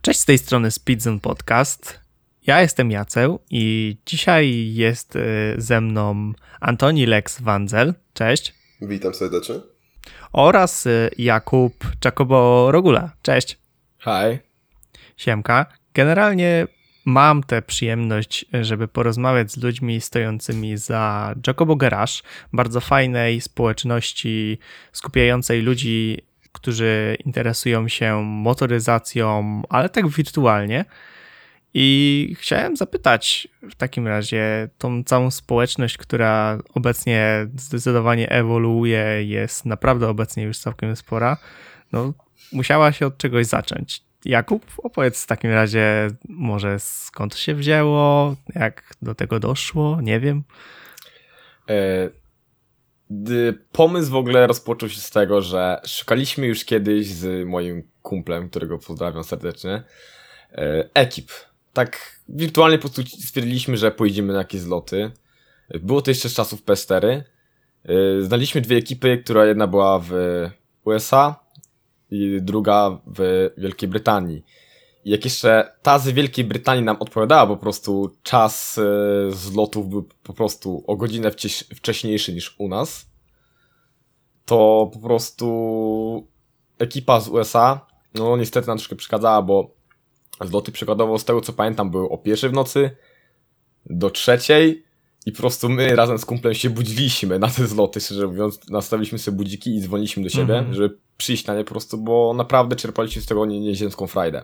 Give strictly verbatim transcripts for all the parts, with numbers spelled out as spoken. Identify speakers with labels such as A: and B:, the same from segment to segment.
A: Cześć, z tej strony Speedzone Podcast. Ja jestem Jaceł i dzisiaj jest ze mną Antoni Lex Wandzel. Cześć.
B: Witam serdecznie.
A: Oraz Jakub Czakobo-Rogula. Cześć.
C: Hi.
A: Siemka. Generalnie mam tę przyjemność, żeby porozmawiać z ludźmi stojącymi za Jacobo Garage, bardzo fajnej społeczności skupiającej ludzi, którzy interesują się motoryzacją, ale tak wirtualnie. I chciałem zapytać w takim razie tą całą społeczność, która obecnie zdecydowanie ewoluuje, jest naprawdę obecnie już całkiem spora, no musiała się od czegoś zacząć. Jakub, opowiedz w takim razie może skąd się wzięło, jak do tego doszło, nie wiem.
C: E, pomysł w ogóle rozpoczął się z tego, że szukaliśmy już kiedyś z moim kumplem, którego pozdrawiam serdecznie, e, ekip. Tak wirtualnie po prostu stwierdziliśmy, że pojedziemy na jakieś zloty. Było to jeszcze z czasów P S cztery. E, znaliśmy dwie ekipy, która jedna była w U S A i druga w Wielkiej Brytanii. I jak jeszcze ta z Wielkiej Brytanii nam odpowiadała, po prostu czas e, zlotów był po prostu o godzinę wcieś- wcześniejszy niż u nas, to po prostu ekipa z U S A, no niestety nam troszkę przeszkadzała, bo zloty przykładowo z tego co pamiętam były o pierwszej w nocy do trzeciej i po prostu my razem z kumplem się budziliśmy na te zloty, szczerze mówiąc, nastawiliśmy sobie budziki i dzwoniliśmy do siebie, mm-hmm. żeby przyjść na nie po prostu, bo naprawdę czerpaliśmy z tego nie- nieziemską frajdę.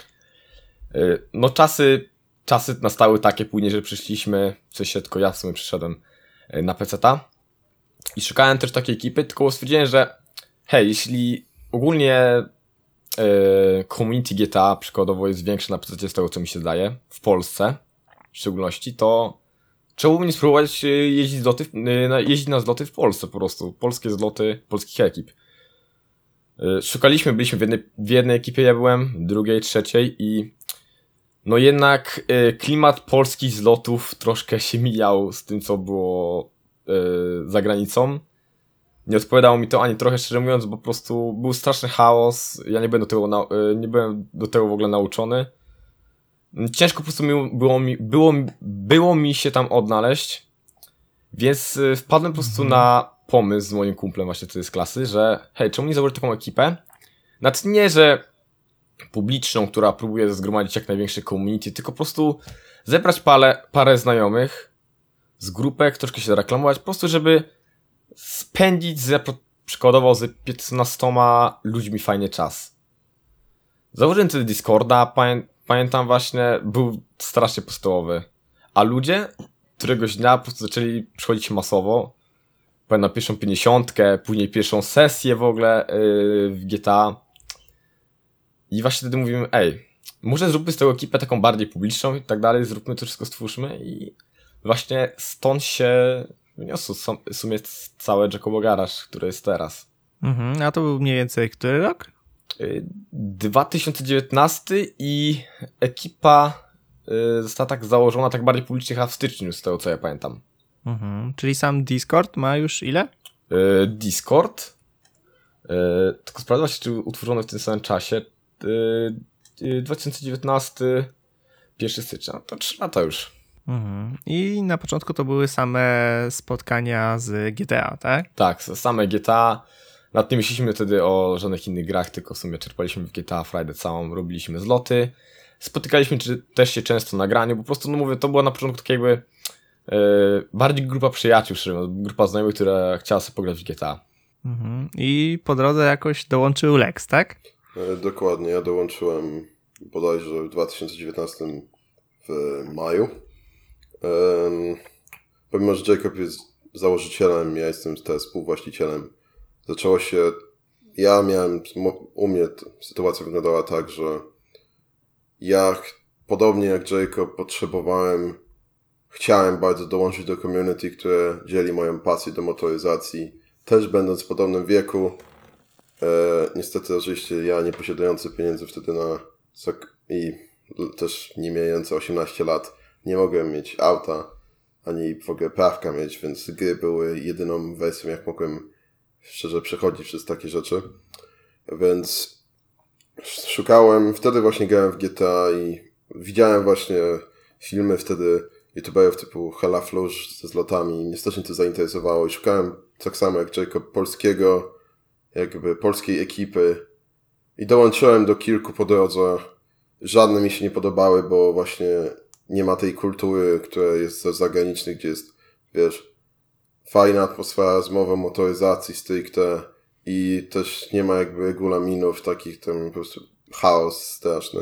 C: No czasy, czasy nastały takie później, że przyszliśmy, w sensie tylko ja w sumie przyszedłem na peceta i szukałem też takiej ekipy, tylko stwierdziłem, że hej, jeśli ogólnie e, community G T A przykładowo jest większe na pececie z tego co mi się zdaje, w Polsce w szczególności, to czemu by nie spróbować jeździć, zloty, jeździć na zloty w Polsce po prostu, polskie zloty polskich ekip. Szukaliśmy, byliśmy w jednej, w jednej ekipie, ja byłem, drugiej, trzeciej i no jednak y, klimat polskich zlotów troszkę się mijał z tym, co było y, za granicą. Nie odpowiadało mi to ani trochę, szczerze mówiąc, bo po prostu był straszny chaos, ja nie byłem do tego, na, y, nie byłem do tego w ogóle nauczony. Ciężko po prostu mi, było, mi, było, było mi się tam odnaleźć, więc y, wpadłem po prostu na pomysł z moim kumplem właśnie tutaj z klasy, że hej, czemu nie założyć taką ekipę? Znaczy nie, że publiczną, która próbuje zgromadzić jak największe community, tylko po prostu zebrać parę, parę znajomych z grupek, troszkę się zareklamować, po prostu żeby spędzić z, przykładowo z piętnastoma ludźmi fajnie czas. Założyłem wtedy Discorda, pamię, pamiętam właśnie, był strasznie podstawowy, a ludzie któregoś dnia po prostu zaczęli przychodzić masowo. Pamiętam pierwszą pięćdziesiątkę, później pierwszą sesję w ogóle yy, w G T A. I właśnie wtedy mówimy, ej, może zróbmy z tego ekipę taką bardziej publiczną i tak dalej, zróbmy to wszystko, stwórzmy i właśnie stąd się wyniosło w sumie całe Jacobo Garage, które jest teraz.
A: Mhm, a to był mniej więcej który rok?
C: dwa tysiące dziewiętnasty i ekipa yy, została tak założona tak bardziej publicznie chyba w styczniu, z tego co ja pamiętam.
A: Mhm, czyli sam Discord ma już ile?
C: Yy, Discord? Yy, tylko sprawdza się, czy utworzono w tym samym czasie. Yy, dwa tysiące dziewiętnasty, pierwszego stycznia, to trzy lata już.
A: Mhm. I na początku to były same spotkania z G T A, tak?
C: Tak, same G T A. Nad nie myśleliśmy wtedy o żadnych innych grach, tylko w sumie czerpaliśmy w G T A Friday całą, robiliśmy zloty. Spotykaliśmy czy, też się często na graniu, po prostu, no mówię, to była na początku tak jakby yy, bardziej grupa przyjaciół, grupa znajomych, która chciała sobie pograć w G T A.
A: Mhm. I po drodze jakoś dołączył Lex, tak?
B: E, dokładnie, ja dołączyłem bodajże w dwa tysiące dziewiętnastym w maju. E, pomimo, że Jacob jest założycielem, ja jestem też współwłaścicielem. Zaczęło się, ja miałem, u mnie sytuacja wyglądała tak, że ja, podobnie jak Jacob, potrzebowałem, chciałem bardzo dołączyć do community, które dzieli moją pasję do motoryzacji. Też będąc w podobnym wieku, e, niestety oczywiście ja nie posiadający pieniędzy wtedy na sok- i też nie mający osiemnaście lat, nie mogłem mieć auta, ani w ogóle prawka mieć, więc gry były jedyną wersją, jak mogłem szczerze przechodzić przez takie rzeczy. Więc szukałem, wtedy właśnie grałem w G T A i widziałem właśnie filmy wtedy youtuberów typu Hella Flush ze zlotami i mnie strasznie to zainteresowało i szukałem tak samo jak Jacob polskiego, jakby polskiej ekipy i dołączyłem do kilku po drodze. Żadne mi się nie podobały, bo właśnie nie ma tej kultury, która jest ze zagranicznych, gdzie jest, wiesz, fajna atmosfera rozmowy o motoryzacji stricte i też nie ma jakby regulaminów takich, tam po prostu chaos straszny.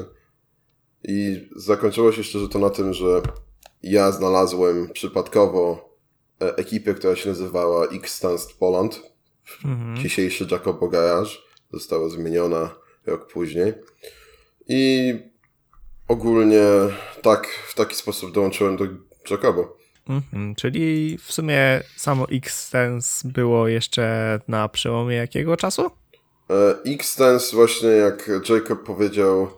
B: I zakończyło się szczerze to na tym, że ja znalazłem przypadkowo ekipę, która się nazywała X-Stance Poland. Mhm. Dzisiejszy Jacobo Garage. Została zmieniona rok później. I ogólnie tak, w taki sposób dołączyłem do Jacobo.
A: Mhm, czyli w sumie samo X-Stance było jeszcze na przełomie jakiego czasu?
B: X-Stance właśnie jak Jacob powiedział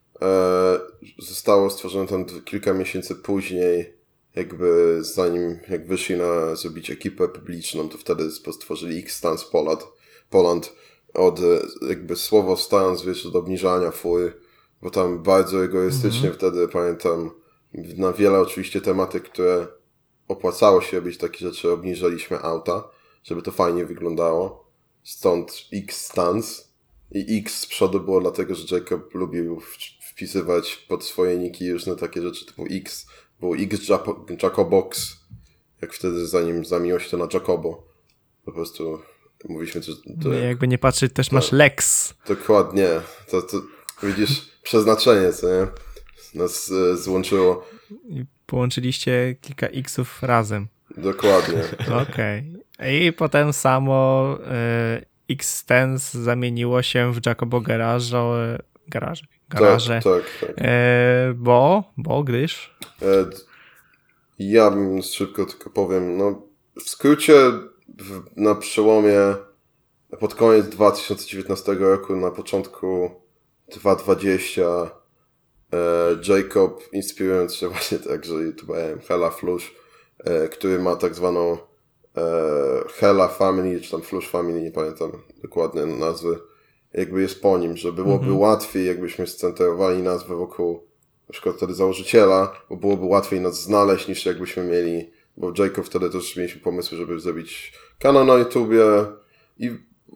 B: zostało stworzone tam kilka miesięcy później, jakby zanim jak wyszli na zrobić ekipę publiczną, to wtedy stworzyli X-Stance Poland. Poland od jakby słowo stance, wiesz, od obniżania fury, bo tam bardzo egoistycznie mm-hmm. wtedy pamiętam na wiele oczywiście tematyk, które opłacało się robić takie rzeczy, obniżaliśmy auta, żeby to fajnie wyglądało. Stąd X-Stance i X z przodu było dlatego, że Jacob lubił wpisywać pod swoje niki różne takie rzeczy typu X, był X Jacobox, jak wtedy zanim zamieniło się to na Jacobo. Po prostu mówiliśmy, że... To,
A: no jakby nie patrzeć, też to, masz Lex.
B: Dokładnie. To, to widzisz, przeznaczenie, co nie? Nas e, złączyło.
A: I połączyliście kilka Xów razem.
B: Dokładnie.
A: Okej. Okay. I potem samo e, X-Stance zamieniło się w Jacobo Garage, Garage. Garaże.
B: Tak, tak, tak.
A: E, bo, bo, gdyż?
B: E, ja bym szybko tylko powiem, no w skrócie w, na przełomie pod koniec dwa tysiące dziewiętnastego roku, na początku dwa tysiące dwudziestego e, Jacob, inspirując się właśnie także youtuberem Hella Flush, e, który ma tak zwaną e, Hella Family, czy tam Flush Family, nie pamiętam dokładnie nazwy, jakby jest po nim, że byłoby mm-hmm. łatwiej, jakbyśmy scentrowali nazwę wokół na przykład wtedy założyciela, bo byłoby łatwiej nas znaleźć niż jakbyśmy mieli, bo Jacob wtedy też mieliśmy pomysły, żeby zrobić kanał na YouTubie i,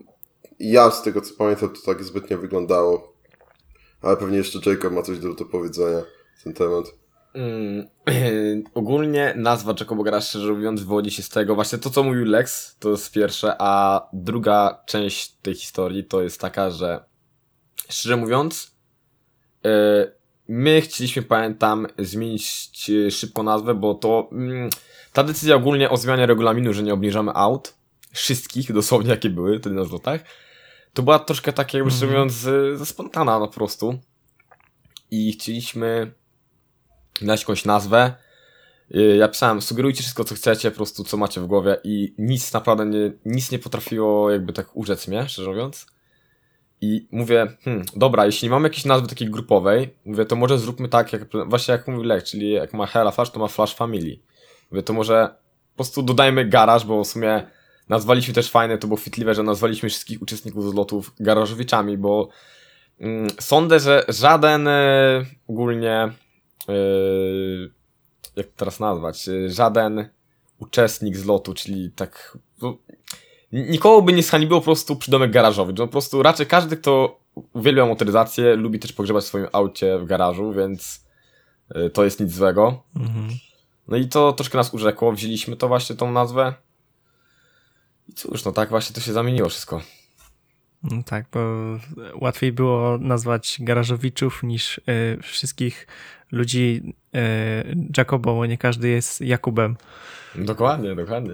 B: i ja z tego co pamiętam to tak zbytnio wyglądało, ale pewnie jeszcze Jacob ma coś do, do powiedzenia na ten temat.
C: Mm, ogólnie nazwa Jacobo Garage, szczerze mówiąc, wywodzi się z tego, właśnie to co mówił Lex, to jest pierwsze, a druga część tej historii to jest taka, że szczerze mówiąc yy, my chcieliśmy, pamiętam, zmienić szybko nazwę, bo to yy, ta decyzja ogólnie o zmianie regulaminu, że nie obniżamy aut, wszystkich dosłownie jakie były wtedy na zlotach, to była troszkę takie, jakby szczerze mówiąc, ze spontana po prostu i chcieliśmy dać jakąś nazwę. Ja pisałem, sugerujcie wszystko, co chcecie, po prostu co macie w głowie i nic naprawdę nie, nic nie potrafiło jakby tak urzec mnie, szczerze mówiąc. I mówię, hmm, dobra, jeśli nie mamy jakiejś nazwy takiej grupowej, mówię, to może zróbmy tak, jak właśnie jak mówił Lech, czyli jak ma Hella Flash, to ma Flash Family. Mówię, to może po prostu dodajmy garaż, bo w sumie nazwaliśmy też fajne, to było chwytliwe, że nazwaliśmy wszystkich uczestników zlotów garażowiczami, bo mm, sądzę, że żaden e, ogólnie Yy, jak to teraz nazwać, yy, żaden uczestnik zlotu, czyli tak no, nikogo by nie zhańbiło po prostu przydomek garażowy, no po prostu raczej każdy, kto uwielbia motoryzację, lubi też pogrzebać w swoim aucie w garażu, więc yy, to jest nic złego. Mhm. No i to troszkę nas urzekło, wzięliśmy to właśnie tą nazwę i cóż, no tak właśnie to się zamieniło wszystko.
A: No tak, bo łatwiej było nazwać garażowiczów niż y, wszystkich ludzi y, Jacobo, bo nie każdy jest Jakubem.
C: Dokładnie, dokładnie.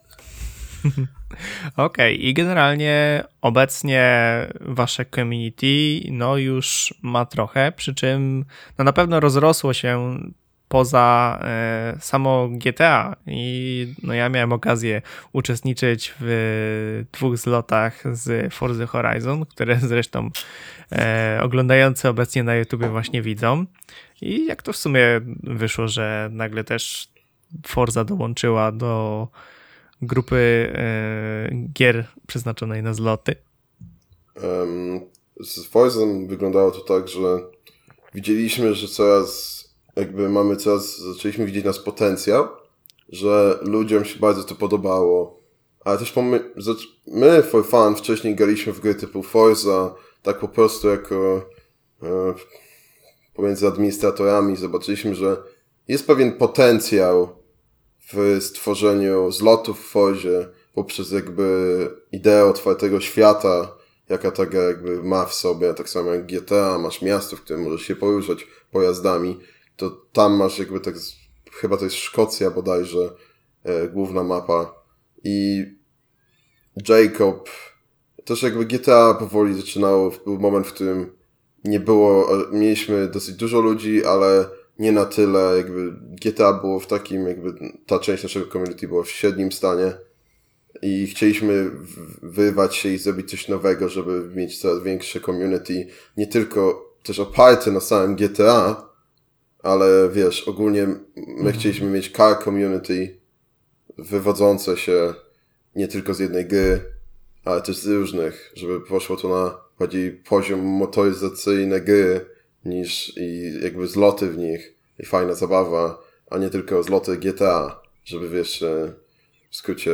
A: Okej, okay. I generalnie obecnie wasze community no już ma trochę, przy czym no na pewno rozrosło się poza e, samo G T A i no ja miałem okazję uczestniczyć w dwóch zlotach z Forza Horizon, które zresztą e, oglądający obecnie na YouTubie właśnie widzą i jak to w sumie wyszło, że nagle też Forza dołączyła do grupy e, gier przeznaczonej na zloty?
B: Um, z Forzą wyglądało to tak, że widzieliśmy, że coraz jakby mamy coraz, zaczęliśmy widzieć nasz potencjał, że ludziom się bardzo to podobało, ale też pomy- my for fun wcześniej graliśmy w gry typu Forza, tak po prostu jako e, pomiędzy administratorami zobaczyliśmy, że jest pewien potencjał w stworzeniu zlotów w Forzie poprzez jakby ideę otwartego świata, jaka ta gra jakby ma w sobie, tak samo jak G T A, masz miasto, w którym możesz się poruszać pojazdami, to tam masz jakby tak, chyba to jest Szkocja bodajże, e, główna mapa i Jacob, też jakby G T A powoli zaczynało, był moment, w którym nie było, mieliśmy dosyć dużo ludzi, ale nie na tyle, jakby G T A było w takim, jakby ta część naszego community była w średnim stanie i chcieliśmy wyrwać się i zrobić coś nowego, żeby mieć coraz większe community, nie tylko też oparte na samym G T A, ale wiesz, ogólnie my chcieliśmy mieć car community wywodzące się nie tylko z jednej gry, ale też z różnych, żeby poszło to na bardziej poziom motoryzacyjny gry niż i jakby zloty w nich i fajna zabawa, a nie tylko zloty G T A, żeby wiesz, w skrócie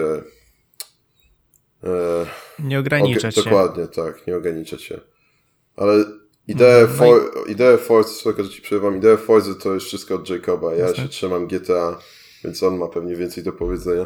B: e,
A: nie ograniczać
B: og-
A: się.
B: Dokładnie, tak, nie ograniczać się. Ale ideę
A: no
B: for, i... ideę Forza, tylko że ci przerywam, ideę Forza to jest wszystko od Jacoba. Ja
A: Jasne.
B: się trzymam G T A, więc on ma pewnie więcej do powiedzenia.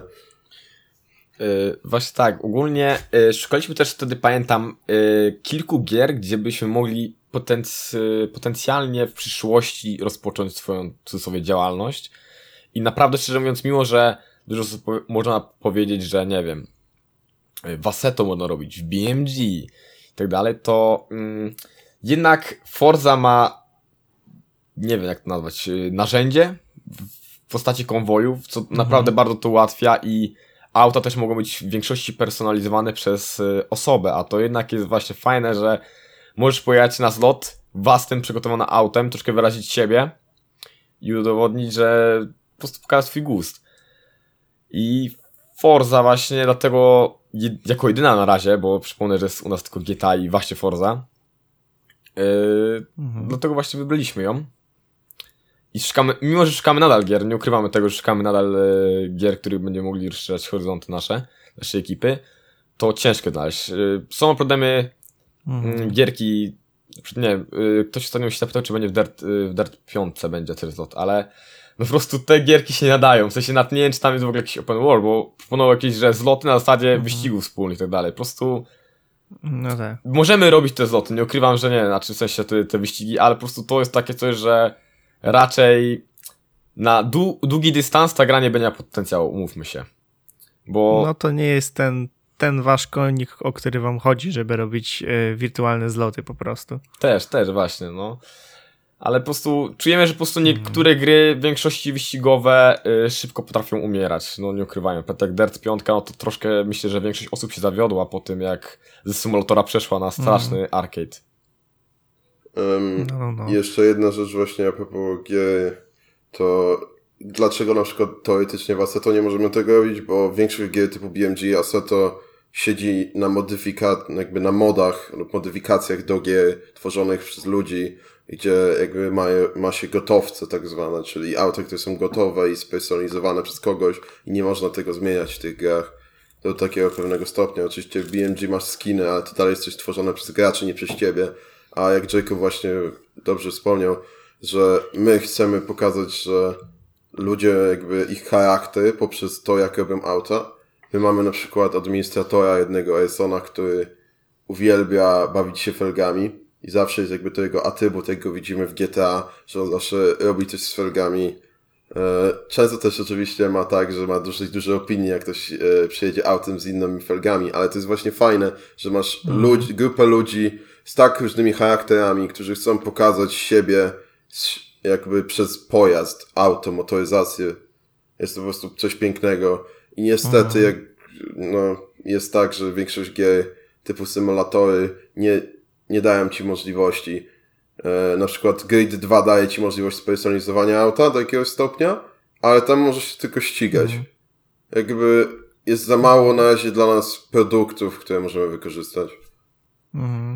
C: Yy, właśnie tak, ogólnie yy, szukaliśmy też wtedy, pamiętam, yy, kilku gier, gdzie byśmy mogli potenc- yy, potencjalnie w przyszłości rozpocząć swoją w cudzysłowie działalność i naprawdę szczerze mówiąc, mimo że dużo po- można powiedzieć, że nie wiem, yy, w Assetto można robić, w B M G i tak dalej, to yy, jednak Forza ma, nie wiem jak to nazwać, yy, narzędzie w postaci konwojów, co mhm. naprawdę bardzo to ułatwia i auta też mogą być w większości personalizowane przez y, osobę, a to jednak jest właśnie fajne, że możesz pojechać na zlot własnym przygotowanym autem, troszkę wyrazić siebie i udowodnić, że po prostu pokazać swój gust. I Forza właśnie dlatego je, jako jedyna na razie, bo przypomnę, że jest u nas tylko G T A i właśnie Forza, yy, mhm. dlatego właśnie wybraliśmy ją. I szukamy, mimo że szukamy nadal gier, nie ukrywamy tego, że szukamy nadal e, gier, których będziemy mogli rozszerzać horyzonty nasze, naszej ekipy, to ciężko znaleźć. E, są problemy mm. gierki, nie wiem, e, ktoś ostatnio się zapytał, czy będzie w Dirt, e, w Dirt pięć będzie Tryslot, ale no po prostu te gierki się nadają, w sensie nawet nie wiem, czy tam jest w ogóle jakiś open world, bo proponował jakieś, że zloty na zasadzie mm. wyścigów wspólnych i tak dalej, po prostu
A: no tak.
C: Możemy robić te zloty, nie ukrywam, że nie, znaczy w sensie te, te wyścigi, ale po prostu to jest takie coś, że raczej na dłu- długi dystans ta gra nie będzie miała potencjału, umówmy się. Bo...
A: No to nie jest ten, ten wasz konik, o który wam chodzi, żeby robić y, wirtualne zloty po prostu.
C: Też, też właśnie, no. Ale po prostu czujemy, że po prostu niektóre mm. gry w większości wyścigowe y, szybko potrafią umierać, no nie ukrywają. Tak Dirt pięć, no to troszkę myślę, że większość osób się zawiodła po tym, jak ze symulatora przeszła na straszny mm. arcade.
B: Um,
A: no, no, no.
B: Jeszcze jedna rzecz właśnie a propos gier, to dlaczego na przykład teoretycznie w Assetto nie możemy tego robić, bo większość gier typu B M G i Assetto siedzi na modyfika- jakby na modach lub modyfikacjach do gier tworzonych przez ludzi, gdzie jakby ma, ma się gotowce tak zwane, czyli auta, które są gotowe i spersonalizowane przez kogoś i nie można tego zmieniać w tych grach do takiego pewnego stopnia. Oczywiście w B M G masz skiny, ale to dalej jest coś tworzone przez graczy, nie przez ciebie. A jak Jacob właśnie dobrze wspomniał, że my chcemy pokazać, że ludzie jakby ich charakter poprzez to, jak robią auta. My mamy na przykład administratora jednego Arsona, który uwielbia bawić się felgami i zawsze jest jakby to jego atrybut, jak go widzimy w G T A, że on zawsze robi coś z felgami. Często też oczywiście ma tak, że ma dosyć duże opinie, jak ktoś przyjedzie autem z innymi felgami, ale to jest właśnie fajne, że masz mm. ludzi, grupę ludzi z tak różnymi charakterami, którzy chcą pokazać siebie jakby przez pojazd, auto, motoryzację. Jest to po prostu coś pięknego. I niestety, jak, no, jest tak, że większość gier typu symulatory nie, nie dają ci możliwości. E, na przykład Grid dwa daje ci możliwość spersonalizowania auta do jakiegoś stopnia, ale tam możesz się tylko ścigać. Mhm. Jakby jest za mało na razie dla nas produktów, które możemy wykorzystać.
A: Mhm.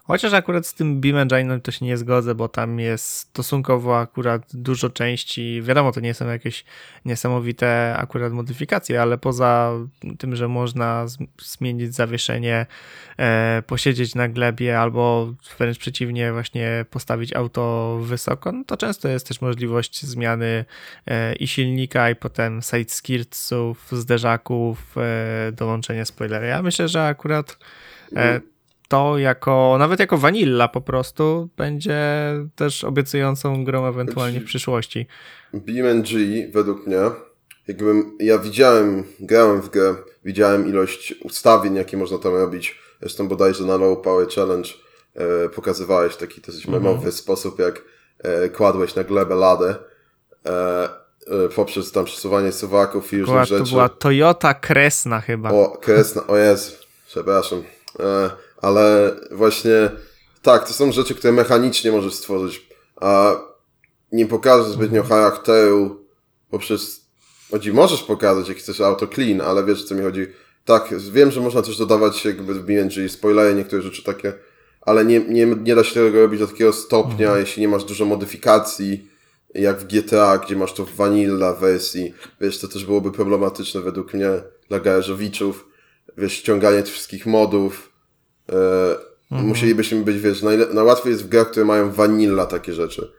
A: Chociaż akurat z tym Beam Engine'em to się nie zgodzę, bo tam jest stosunkowo akurat dużo części. Wiadomo, to nie są jakieś niesamowite akurat modyfikacje, ale poza tym, że można zmienić zawieszenie, e, posiedzieć na glebie albo wręcz przeciwnie właśnie postawić auto wysoko, no to często jest też możliwość zmiany e, i silnika i potem side skirtsów, zderzaków, e, dołączenia spoilera. Ja myślę, że akurat e, to jako, nawet jako vanilla po prostu będzie też obiecującą grą ewentualnie w przyszłości.
B: B M G według mnie, jakbym, ja widziałem, grałem w grę, widziałem ilość ustawień, jakie można tam robić. Zresztą bodajże na Low Power Challenge e, pokazywałeś w taki dosyć memowy mm-hmm. sposób, jak e, kładłeś na glebę ladę e, e, poprzez tam przesuwanie suwaków i różnych rzeczy.
A: To była Toyota Kresna chyba.
B: O, Kresna, o Jezu, przepraszam. E, ale właśnie tak, to są rzeczy, które mechanicznie możesz stworzyć, a nie pokażesz zbytnio charakteru poprzez... Chodzi, możesz pokazać, jak chcesz auto clean, ale wiesz, o co mi chodzi. Tak, wiem, że można też dodawać jakby w B M G spoilery, niektóre rzeczy takie, ale nie, nie, nie da się tego robić do takiego stopnia, mhm. jeśli nie masz dużo modyfikacji, jak w G T A, gdzie masz to w vanilla wersji. Wiesz, to też byłoby problematyczne według mnie dla garażowiczów. Wiesz, ściąganie tych wszystkich modów. E, mhm. Musielibyśmy być, wiesz, najle- najłatwiej jest w grach, które mają vanilla takie rzeczy.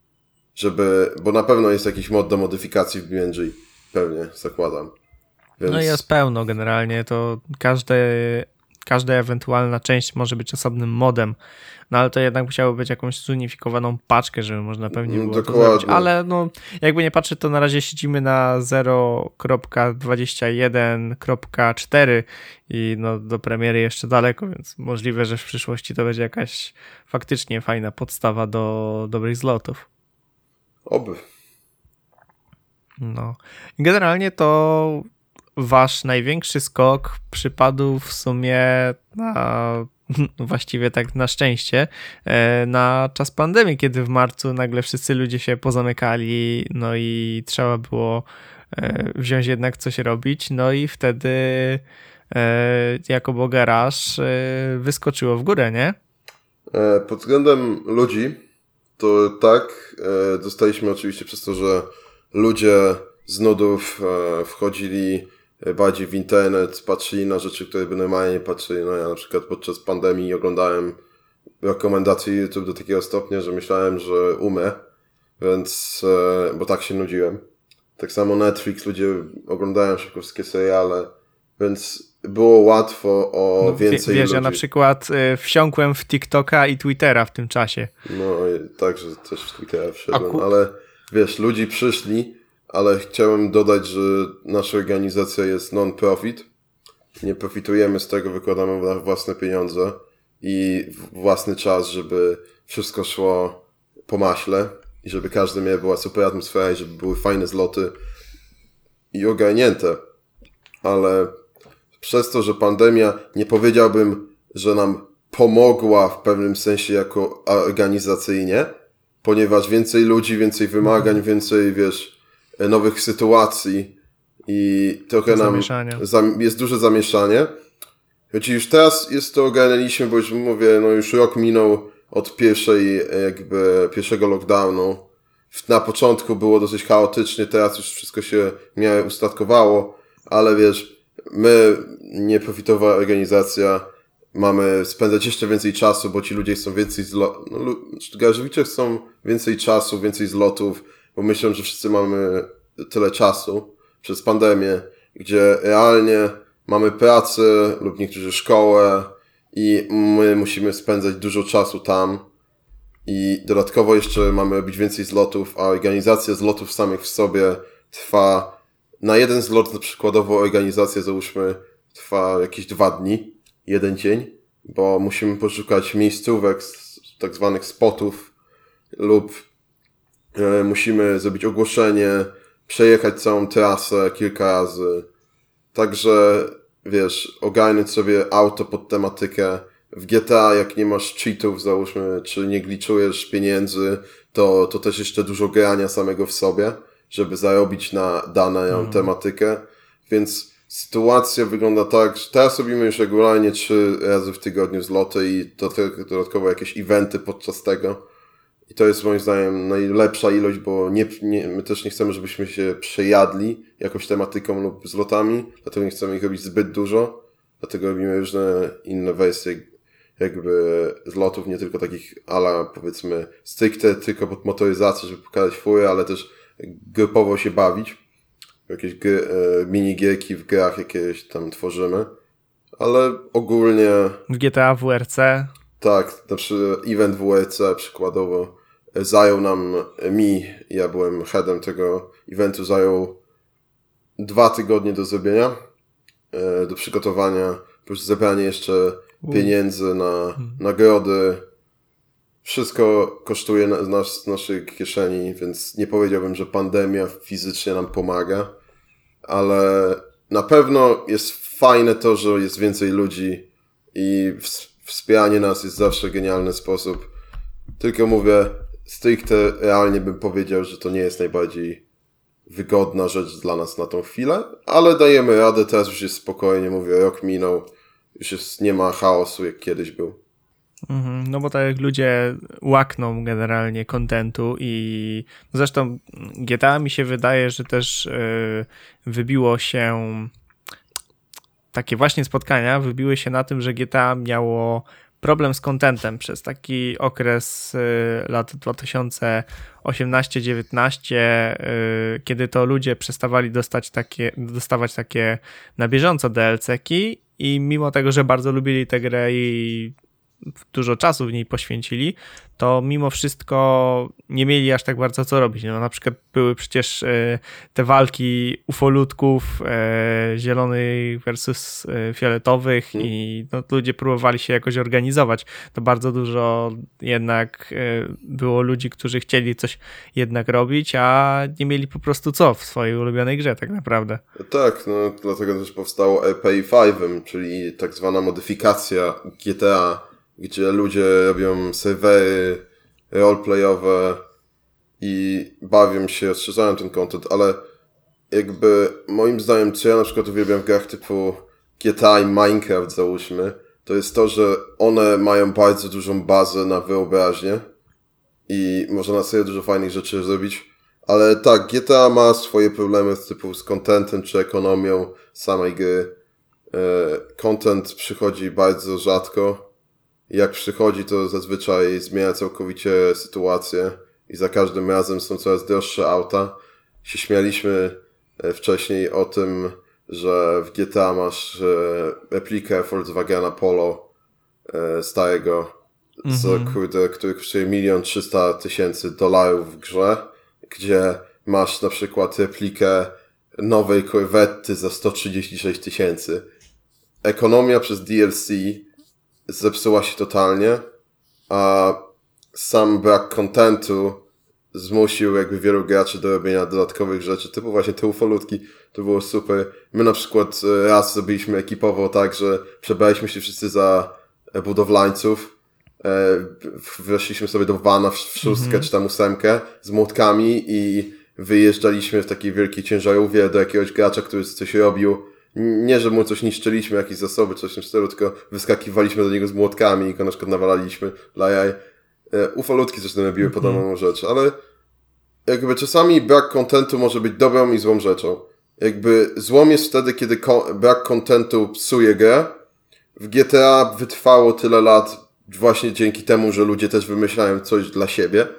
B: Żeby, bo na pewno jest jakiś mod do modyfikacji w B M G. Pewnie, zakładam. Więc...
A: No jest pełno generalnie, to każde, każda ewentualna część może być osobnym modem, no ale to jednak musiało być jakąś zunifikowaną paczkę, żeby można pewnie było
B: Dokładnie.
A: to zrobić, ale no jakby nie patrzeć, to na razie siedzimy na zero dwadzieścia jeden cztery i no do premiery jeszcze daleko, więc możliwe, że w przyszłości to będzie jakaś faktycznie fajna podstawa do dobrych zlotów.
B: Oby.
A: No. Generalnie to wasz największy skok przypadł w sumie na, właściwie tak na szczęście, na czas pandemii, kiedy w marcu nagle wszyscy ludzie się pozamykali, no i trzeba było wziąć jednak coś robić, no i wtedy Jacobo Garage wyskoczyło w górę, nie?
B: Pod względem ludzi to tak, dostaliśmy oczywiście przez to, że ludzie z nudów wchodzili bardziej w internet, patrzyli na rzeczy, które by normalnie nie patrzyli. No ja na przykład podczas pandemii oglądałem rekomendacje YouTube do takiego stopnia, że myślałem, że umrę, więc, bo tak się nudziłem. Tak samo Netflix, ludzie oglądają szybko wszystkie seriale, więc było łatwo o no, więcej
A: wiesz,
B: ludzi.
A: Ja na przykład y, wsiąkłem w TikToka i Twittera w tym czasie.
B: No także też w Twittera wszedłem, ku... ale wiesz, ludzi przyszli, ale chciałem dodać, że nasza organizacja jest non-profit. Nie profitujemy z tego, wykładamy własne pieniądze i własny czas, żeby wszystko szło po maśle i żeby każdy miał była super atmosfera i żeby były fajne zloty i ogarnięte. Ale przez to, że pandemia, nie powiedziałbym, że nam pomogła w pewnym sensie jako organizacyjnie, ponieważ więcej ludzi, więcej wymagań, więcej, wiesz, nowych sytuacji i trochę nam zam- jest duże zamieszanie. Choć już teraz jest to ogarnęliśmy, bo już mówię, no już rok minął od pierwszej, jakby, pierwszego lockdownu. Na początku było dosyć chaotycznie, teraz już wszystko się w miarę ustatkowało, ale wiesz, my, nieprofitowa organizacja, mamy spędzać jeszcze więcej czasu, bo ci ludzie chcą więcej zlotów, no, garażowicze chcą więcej czasu, więcej zlotów, bo myślą, że wszyscy mamy tyle czasu przez pandemię, gdzie realnie mamy pracę lub niektórzy szkołę i my musimy spędzać dużo czasu tam i dodatkowo jeszcze mamy robić więcej zlotów, a organizacja zlotów samych w sobie trwa, na jeden zlot, na przykładowo organizacja, załóżmy, trwa jakieś dwa dni, jeden dzień, bo musimy poszukać miejscówek, tak zwanych spotów lub e, musimy zrobić ogłoszenie, przejechać całą trasę kilka razy. Także, wiesz, ogarnąć sobie auto pod tematykę. W G T A, jak nie masz cheatów, załóżmy, czy nie gliczujesz pieniędzy, to, to też jeszcze dużo grania samego w sobie, żeby zarobić na daną mm. tematykę. Więc sytuacja wygląda tak, że teraz robimy już regularnie trzy razy w tygodniu zloty i do tego dodatkowo jakieś eventy podczas tego. I to jest moim zdaniem najlepsza ilość, bo nie, nie, my też nie chcemy, żebyśmy się przejadli jakąś tematyką lub zlotami, dlatego nie chcemy ich robić zbyt dużo, dlatego robimy różne inne wersje jakby zlotów, nie tylko takich ala powiedzmy stricte tylko pod motoryzację, żeby pokazać fury, ale też grupowo się bawić. Jakieś gry, e, minigierki w grach jakieś tam tworzymy, ale ogólnie...
A: W G T A W R C?
B: Tak, znaczy event W R C przykładowo zajął nam, mi, ja byłem headem tego eventu, zajął dwa tygodnie do zrobienia, e, do przygotowania, plus zebranie jeszcze pieniędzy na nagrody. Wszystko kosztuje na, nas, z naszej kieszeni, więc nie powiedziałbym, że pandemia fizycznie nam pomaga, ale na pewno jest fajne to, że jest więcej ludzi i wspieranie nas jest zawsze genialny sposób. Tylko mówię, stricte realnie bym powiedział, że to nie jest najbardziej wygodna rzecz dla nas na tą chwilę, ale dajemy radę, teraz już jest spokojnie, mówię, rok minął, już jest, nie ma chaosu jak kiedyś był.
A: No bo tak jak ludzie łakną generalnie kontentu i zresztą G T A mi się wydaje, że też wybiło się takie właśnie spotkania, wybiły się na tym, że G T A miało problem z kontentem przez taki okres lat dwa tysiące osiemnaście dziewiętnaście, kiedy to ludzie przestawali dostać takie, dostawać takie na bieżąco D L C-ki i mimo tego, że bardzo lubili tę grę i dużo czasu w niej poświęcili, to mimo wszystko nie mieli aż tak bardzo co robić. No, na przykład były przecież e, te walki ufolutków e, zielonych versus e, fioletowych hmm. i no, ludzie próbowali się jakoś organizować. To bardzo dużo jednak e, było ludzi, którzy chcieli coś jednak robić, a nie mieli po prostu co w swojej ulubionej grze tak naprawdę.
B: Tak, no dlatego też powstało R P I pięć, czyli tak zwana modyfikacja G T A, gdzie ludzie robią serwery roleplayowe i bawią się, rozszerzają ten content, ale jakby moim zdaniem, co ja na przykład uwielbiam w grach typu G T A i Minecraft załóżmy, to jest to, że one mają bardzo dużą bazę na wyobraźnię i można na serio dużo fajnych rzeczy zrobić, ale tak, G T A ma swoje problemy typu z contentem czy ekonomią samej gry. Content przychodzi bardzo rzadko. Jak przychodzi, to zazwyczaj zmienia całkowicie sytuację i za każdym razem są coraz droższe auta. Się śmialiśmy wcześniej o tym, że w G T A masz replikę Volkswagena Polo starego, mm-hmm. co, kurde, który kosztuje milion trzysta tysięcy dolarów w grze, gdzie masz na przykład replikę nowej Corvetty za sto trzydzieści sześć tysięcy. Ekonomia przez D L C zepsuła się totalnie, a sam brak kontentu zmusił jakby wielu graczy do robienia dodatkowych rzeczy, typu właśnie te ufolutki, to było super. My na przykład raz zrobiliśmy ekipowo tak, że przebraliśmy się wszyscy za budowlańców, weszliśmy sobie do vana w szóstkę mm-hmm. czy tam ósemkę z młotkami i wyjeżdżaliśmy w takiej wielkiej ciężarówce do jakiegoś gracza, który coś robił. Nie, że mu coś niszczyliśmy, jakieś zasoby, coś w tym stylu, tylko wyskakiwaliśmy do niego z młotkami i go na przykład nawalaliśmy dla jaj. Ufolutki zresztą robiły mm-hmm. podobną rzecz, ale jakby czasami brak kontentu może być dobrą i złą rzeczą. Jakby złą jest wtedy, kiedy ko- brak kontentu psuje grę. W G T A wytrwało tyle lat właśnie dzięki temu, że ludzie też wymyślają coś dla siebie.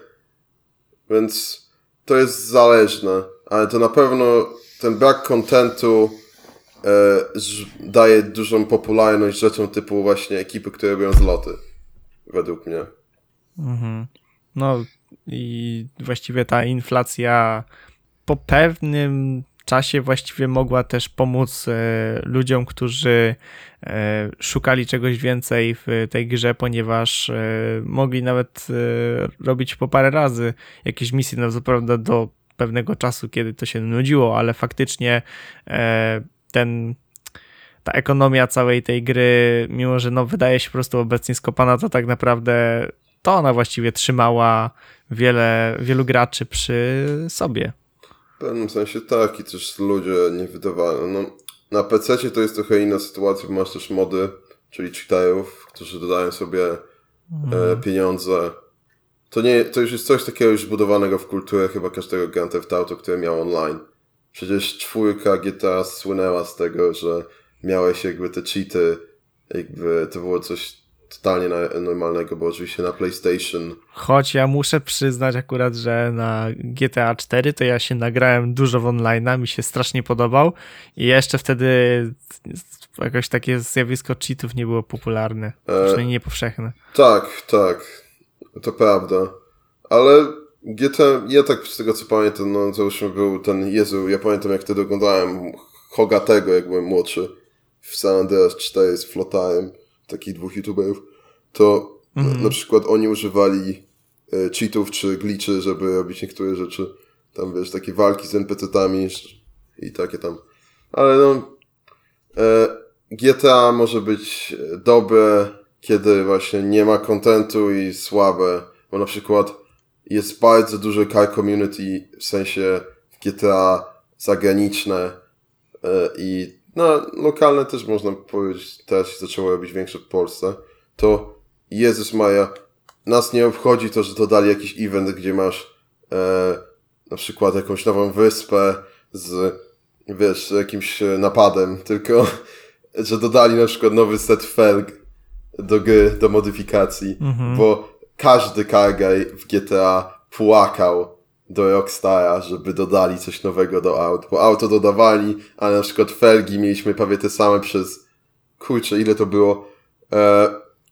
B: Więc to jest zależne, ale to na pewno ten brak kontentu e, daje dużą popularność rzeczom typu właśnie ekipy, które robią zloty. Według mnie.
A: Mhm. No i właściwie ta inflacja po pewnym czasie właściwie mogła też pomóc e, ludziom, którzy e, szukali czegoś więcej w tej grze, ponieważ e, mogli nawet e, robić po parę razy jakieś misje, no co prawda do pewnego czasu, kiedy to się nudziło, ale faktycznie e, ten ta ekonomia całej tej gry, mimo że no wydaje się po prostu obecnie skopana, to tak naprawdę to ona właściwie trzymała wiele, wielu graczy przy sobie.
B: W pewnym sensie tak i też ludzie nie wydawali, no na pececie to jest trochę inna sytuacja, bo masz też mody, czyli cheaterów, którzy dodają sobie mm. e, pieniądze. To nie, to już jest coś takiego już zbudowanego w kulturę chyba każdego Grand Theft Auto, które miał online. Przecież czwórka G T A słynęła z tego, że miałeś jakby te cheaty, jakby to było coś totalnie normalnego, bo oczywiście na PlayStation.
A: Choć ja muszę przyznać akurat, że na G T A cztery to ja się nagrałem dużo w online'a, mi się strasznie podobał i jeszcze wtedy jakoś takie zjawisko cheatów nie było popularne, e, przynajmniej nie powszechne.
B: Tak, tak, to prawda, ale G T A, ja tak z tego co pamiętam, no to już był ten, Jezu, ja pamiętam jak wtedy oglądałem Hogatego, jak byłem młodszy, w San Andreas cztery z Flotarem, takich dwóch youtuberów, to mm. na, na przykład oni używali e, cheatów czy glitchy, żeby robić niektóre rzeczy. Tam wiesz, takie walki z en pe ce-tami i takie tam. Ale no e, G T A może być dobre, kiedy właśnie nie ma kontentu i słabe, bo na przykład jest bardzo duże car community, w sensie w G T A zagraniczne e, i no, lokalne też można powiedzieć, teraz się zaczęło robić większe w Polsce, to Jezus Maria, nas nie obchodzi to, że dodali jakiś event, gdzie masz e, na przykład jakąś nową wyspę z, wiesz, jakimś napadem, tylko że dodali na przykład nowy set felg do gry, do modyfikacji, mhm. bo każdy car guy w G T A płakał do Rockstara, żeby dodali coś nowego do aut, bo auto dodawali, ale na przykład felgi mieliśmy prawie te same przez, kurczę, ile to było, e,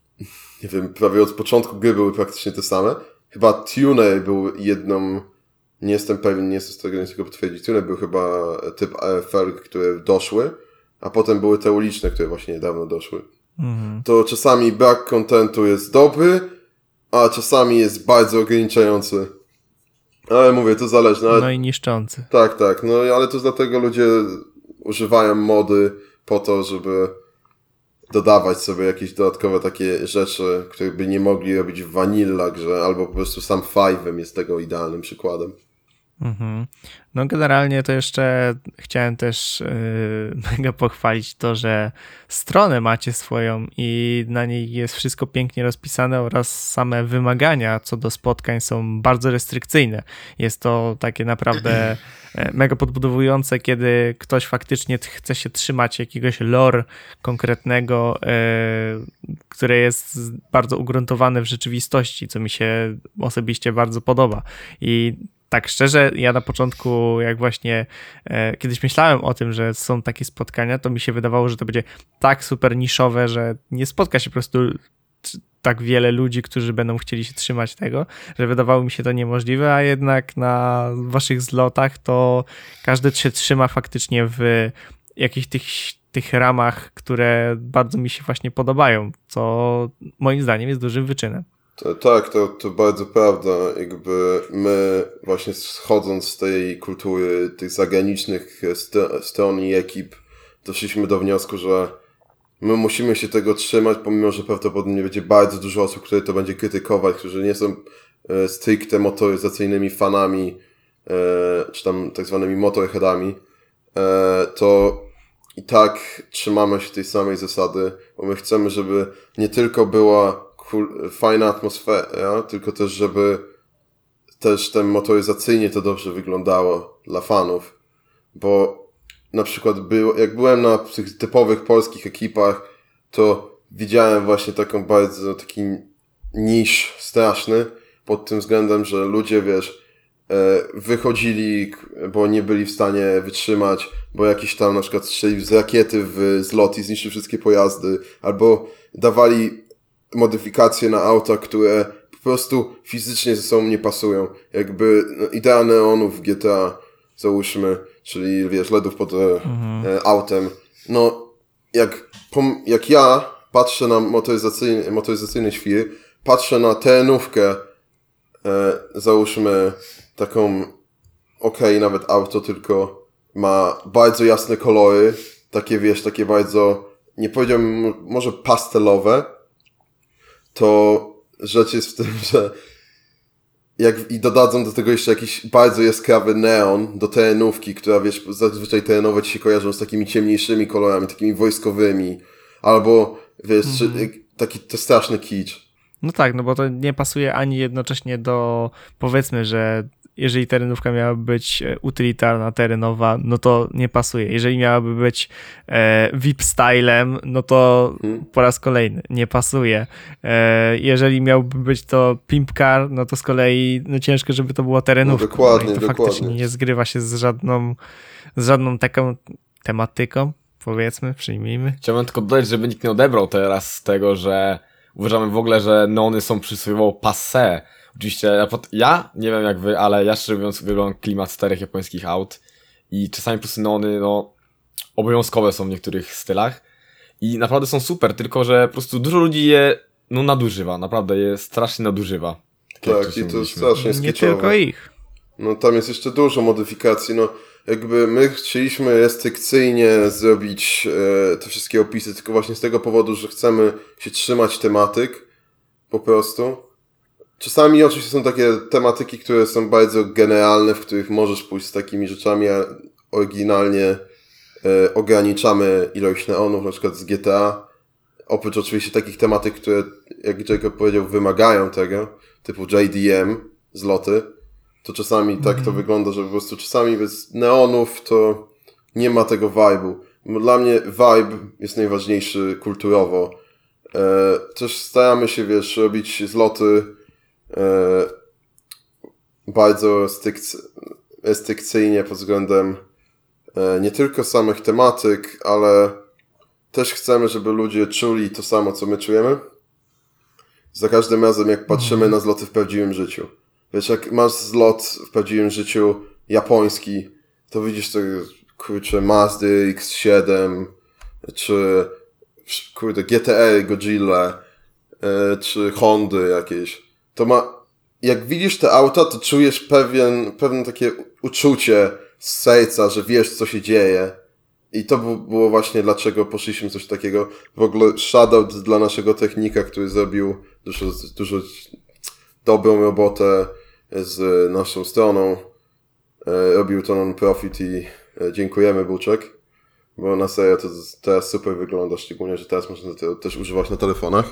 B: nie wiem, prawie od początku gry były praktycznie te same. Chyba Tuner był jedną, nie jestem pewien, nie jestem z tego tego potwierdzić, Tuner był chyba typ felg, które doszły, a potem były te uliczne, które właśnie niedawno doszły. Mhm. To czasami brak kontentu jest dobry, a czasami jest bardzo ograniczający. Ale mówię, to zależy. Ale...
A: No i niszczący.
B: Tak, tak. No ale to dlatego ludzie używają mody po to, żeby dodawać sobie jakieś dodatkowe takie rzeczy, które by nie mogli robić w Vanilla grze, albo po prostu sam Five'em jest tego idealnym przykładem.
A: Mhm. No generalnie to jeszcze chciałem też yy, mega pochwalić to, że stronę macie swoją i na niej jest wszystko pięknie rozpisane oraz same wymagania co do spotkań są bardzo restrykcyjne. Jest to takie naprawdę mega podbudowujące, kiedy ktoś faktycznie chce się trzymać jakiegoś lore konkretnego, yy, które jest bardzo ugruntowane w rzeczywistości, co mi się osobiście bardzo podoba. I tak szczerze, ja na początku, jak właśnie e, kiedyś myślałem o tym, że są takie spotkania, to mi się wydawało, że to będzie tak super niszowe, że nie spotka się po prostu t- tak wiele ludzi, którzy będą chcieli się trzymać tego, że wydawało mi się to niemożliwe, a jednak na waszych zlotach to każdy się trzyma faktycznie w jakichś tych, tych ramach, które bardzo mi się właśnie podobają, co moim zdaniem jest dużym wyczynem.
B: To, tak, to, to bardzo prawda. Jakby my właśnie schodząc z tej kultury tych zagranicznych st- stron i ekip doszliśmy do wniosku, że my musimy się tego trzymać, pomimo że prawdopodobnie będzie bardzo dużo osób, które to będzie krytykować, którzy nie są e, stricte motoryzacyjnymi fanami, e, czy tam tak zwanymi motorheadami, e, to i tak trzymamy się tej samej zasady, bo my chcemy, żeby nie tylko była Cool, fajna atmosfera, tylko też, żeby też ten motoryzacyjnie to dobrze wyglądało dla fanów, bo na przykład był, jak byłem na tych typowych polskich ekipach, to widziałem właśnie taką bardzo taki nisz straszny pod tym względem, że ludzie, wiesz, wychodzili, bo nie byli w stanie wytrzymać, bo jakiś tam na przykład strzelił z rakiety w zlot i zniszczył wszystkie pojazdy, albo dawali modyfikacje na auta, które po prostu fizycznie ze sobą nie pasują. Jakby no, idea neonów w G T A, załóżmy, czyli wiesz, ledów pod mhm. e, autem. No, jak, pom- jak ja patrzę na motoryzacyjny, motoryzacyjny świr, patrzę na terenówkę, e, załóżmy taką, okej, okay, nawet auto, tylko ma bardzo jasne kolory, takie wiesz, takie bardzo, nie powiedziałbym, może pastelowe, to rzecz jest w tym, że jak, i dodadzą do tego jeszcze jakiś bardzo jaskrawy neon do terenówki, która wiesz, zazwyczaj terenowe ci się kojarzą z takimi ciemniejszymi kolorami, takimi wojskowymi, albo wiesz, mm-hmm. czy, taki to straszny kicz.
A: No tak, no bo to nie pasuje ani jednocześnie do, powiedzmy, że jeżeli terenówka miałaby być utylitarna, terenowa, no to nie pasuje. Jeżeli miałaby być e, V I P stylem, no to hmm. po raz kolejny nie pasuje. E, jeżeli miałby być to pimp car, no to z kolei no ciężko, żeby to była terenówka.
B: No dokładnie,
A: no i to
B: dokładnie.
A: faktycznie nie zgrywa się z żadną, z żadną taką tematyką, powiedzmy, przyjmijmy.
C: Chciałbym tylko dodać, żeby nikt nie odebrał teraz z tego, że uważamy w ogóle, że neony są przysłowiowo passé. Oczywiście ja, nie wiem jak wy, ale ja szczerze mówiąc wyglądam klimat starych japońskich aut i czasami po prostu neony, no, obowiązkowe są w niektórych stylach i naprawdę są super, tylko że po prostu dużo ludzi je, no, nadużywa, naprawdę je strasznie nadużywa.
B: Tak, tak i to strasznie
A: Nie tylko ich.
B: No tam jest jeszcze dużo modyfikacji, no jakby my chcieliśmy restrykcyjnie zrobić e, te wszystkie opisy, tylko właśnie z tego powodu, że chcemy się trzymać tematyk po prostu. Czasami oczywiście są takie tematyki, które są bardzo generalne, w których możesz pójść z takimi rzeczami, a oryginalnie e, ograniczamy ilość neonów, na przykład z G T A. Oprócz oczywiście takich tematyk, które, jak Jacob powiedział, wymagają tego, typu J D M, zloty, to czasami mm. tak to wygląda, że po prostu czasami bez neonów to nie ma tego vibe'u. Dla mnie vibe jest najważniejszy kulturowo. E, też staramy się, wiesz, robić zloty e, bardzo restrykcy- restrykcyjnie pod względem e, nie tylko samych tematyk, ale też chcemy, żeby ludzie czuli to samo, co my czujemy. Za każdym razem, jak patrzymy mm. na zloty w prawdziwym życiu. Wiesz, jak masz zlot w prawdziwym życiu japoński, to widzisz te, kurczę, Mazdy X siedem, czy, kurde, G T R, Godzilla, e, czy Hondy jakieś. To ma, jak widzisz te auta, to czujesz pewien, pewne takie uczucie z serca, że wiesz, co się dzieje. I to było właśnie dlaczego poszliśmy coś takiego. W ogóle shoutout dla naszego technika, który zrobił dużo, dużo dobrą robotę z naszą stroną. E, robił to non-profit i e, dziękujemy, Buczek, bo na serio to teraz super wygląda, szczególnie, że teraz można to też używać na telefonach.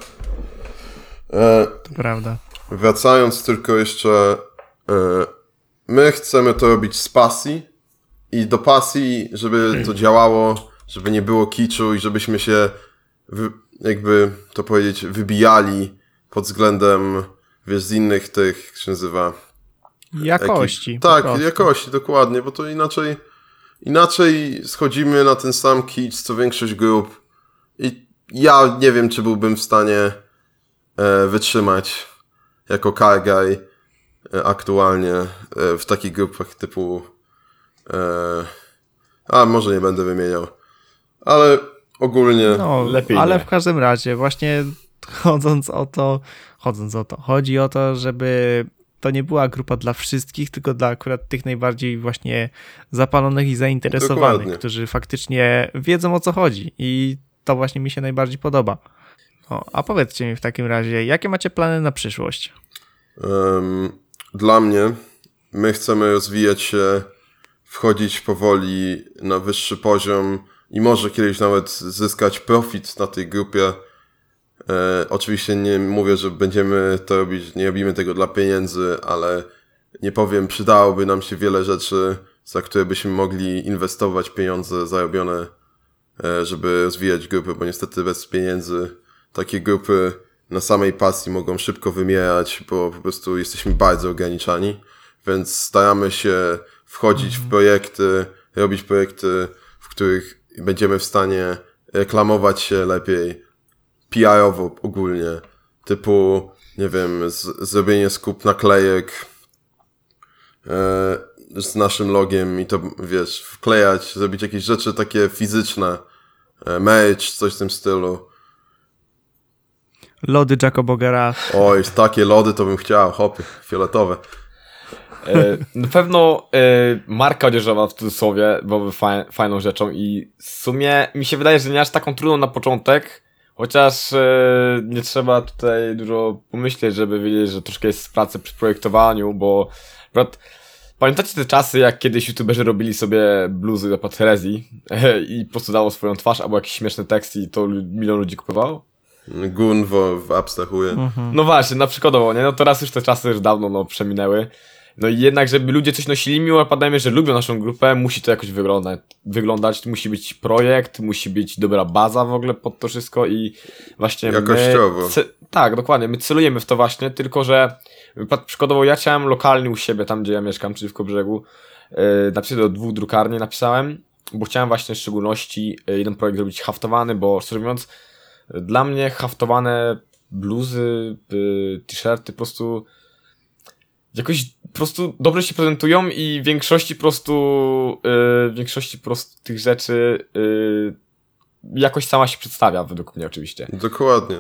B: E,
A: to prawda.
B: Wracając tylko jeszcze, e, my chcemy to robić z pasji i do pasji, żeby to działało, żeby nie było kiczu i żebyśmy się wy, jakby to powiedzieć wybijali pod względem, wiesz, z innych tych, jak się nazywa?
A: Jakości.
B: Ekip. Tak, jakości, dokładnie, bo to inaczej inaczej schodzimy na ten sam kicz co większość grup i ja nie wiem, czy byłbym w stanie e, wytrzymać jako car guy e, aktualnie e, w takich grupach typu e, a może nie będę wymieniał, ale ogólnie
A: no, lepiej ale nie. W każdym razie właśnie chodząc o to chodząc o to, chodzi o to, żeby to nie była grupa dla wszystkich, tylko dla akurat tych najbardziej właśnie zapalonych i zainteresowanych, Dokładnie. Którzy faktycznie wiedzą, o co chodzi i to właśnie mi się najbardziej podoba. O, a powiedzcie mi w takim razie, jakie macie plany na przyszłość?
B: Um, dla mnie my chcemy rozwijać się, wchodzić powoli na wyższy poziom i może kiedyś nawet zyskać profit na tej grupie. E, oczywiście nie mówię, że będziemy to robić, nie robimy tego dla pieniędzy, ale nie powiem, przydałoby nam się wiele rzeczy, za które byśmy mogli inwestować pieniądze zarobione, e, żeby rozwijać grupy, bo niestety bez pieniędzy takie grupy na samej pasji mogą szybko wymierać, bo po prostu jesteśmy bardzo ograniczani, więc staramy się wchodzić w projekty, robić projekty, w których będziemy w stanie reklamować się lepiej, P R-owo ogólnie, typu, nie wiem, z, zrobienie skup naklejek e, z naszym logiem i to, wiesz, wklejać, zrobić jakieś rzeczy takie fizyczne, e, merch, coś w tym stylu.
A: Lody Jacobo Garage.
B: Oj, takie lody to bym chciał, hopy, fioletowe.
C: E, na pewno e, marka odzieżowa w cudzysłowie byłaby faj, fajną rzeczą i w sumie mi się wydaje, że nie aż taką trudną na początek, Chociaż e, nie trzeba tutaj dużo pomyśleć, żeby wiedzieć, że troszkę jest pracy przy projektowaniu, bo akurat pamiętacie te czasy, jak kiedyś youtuberzy robili sobie bluzy do Patherezji e, i po prostu dało swoją twarz albo jakiś śmieszny tekst i to milion ludzi kupowało?
B: Gun w, w abstrahuje.
C: Mhm. No właśnie, na przykładowo, nie? No teraz już te czasy już dawno no, przeminęły. No i jednak, żeby ludzie coś nosili, mimo pamiętajmy, że lubią naszą grupę, musi to jakoś wyglądać. wyglądać. Musi być projekt, musi być dobra baza w ogóle pod to wszystko i właśnie
B: jakościowo.
C: My ce- tak, dokładnie, my celujemy w to właśnie, tylko że przykładowo ja chciałem lokalnie u siebie, tam gdzie ja mieszkam, czyli w Kobrzegu, yy, napisać do dwóch drukarni napisałem, bo chciałem właśnie w szczególności jeden projekt zrobić haftowany, bo szczerze mówiąc, dla mnie haftowane bluzy, yy, t-shirty po prostu jakoś po prostu dobrze się prezentują i w większości po prostu yy, w większości po prostu tych rzeczy yy, jakoś sama się przedstawia, według mnie oczywiście.
B: Dokładnie.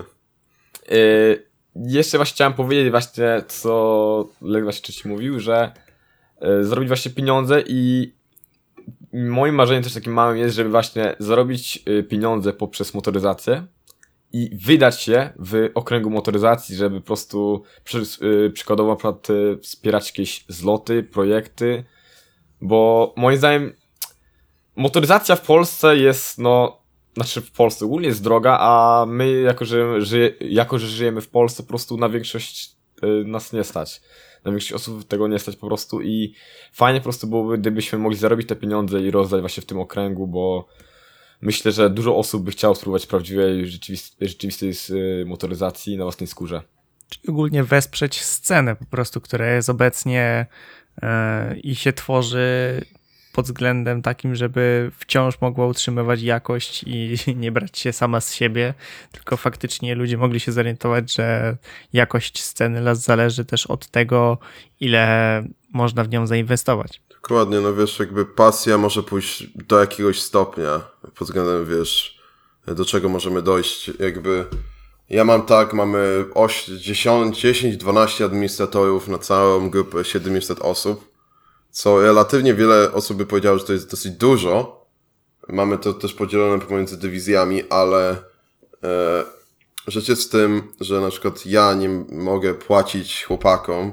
C: Yy, jeszcze właśnie chciałem powiedzieć właśnie, co Lek właśnie wcześniej mówił, że yy, zrobić właśnie pieniądze i moim marzeniem też takim małym jest, żeby właśnie zarobić yy, pieniądze poprzez motoryzację i wydać je w okręgu motoryzacji, żeby po prostu przy, yy, przykładowo na przykład yy, wspierać jakieś zloty, projekty, bo moim zdaniem motoryzacja w Polsce jest, no, znaczy w Polsce ogólnie jest droga, a my jako, że, żyje, jako, że żyjemy w Polsce po prostu na większość yy, nas nie stać. Na większość osób tego nie stać po prostu i fajnie po prostu byłoby, gdybyśmy mogli zarobić te pieniądze i rozdać właśnie w tym okręgu, bo myślę, że dużo osób by chciało spróbować prawdziwej, rzeczywistej, rzeczywistej motoryzacji na własnej skórze.
A: Czyli ogólnie wesprzeć scenę po prostu, która jest obecnie yy, i się tworzy pod względem takim, żeby wciąż mogła utrzymywać jakość i nie brać się sama z siebie, tylko faktycznie ludzie mogli się zorientować, że jakość sceny las zależy też od tego, ile można w nią zainwestować.
B: Dokładnie, no wiesz, jakby pasja może pójść do jakiegoś stopnia pod względem, wiesz, do czego możemy dojść, jakby ja mam tak, mamy dziesięć dwanaście administratorów na całą grupę, siedemset osób, co relatywnie wiele osób by powiedziało, że to jest dosyć dużo. Mamy to też podzielone pomiędzy dywizjami, ale e, rzecz jest w tym, że na przykład ja nie mogę płacić chłopakom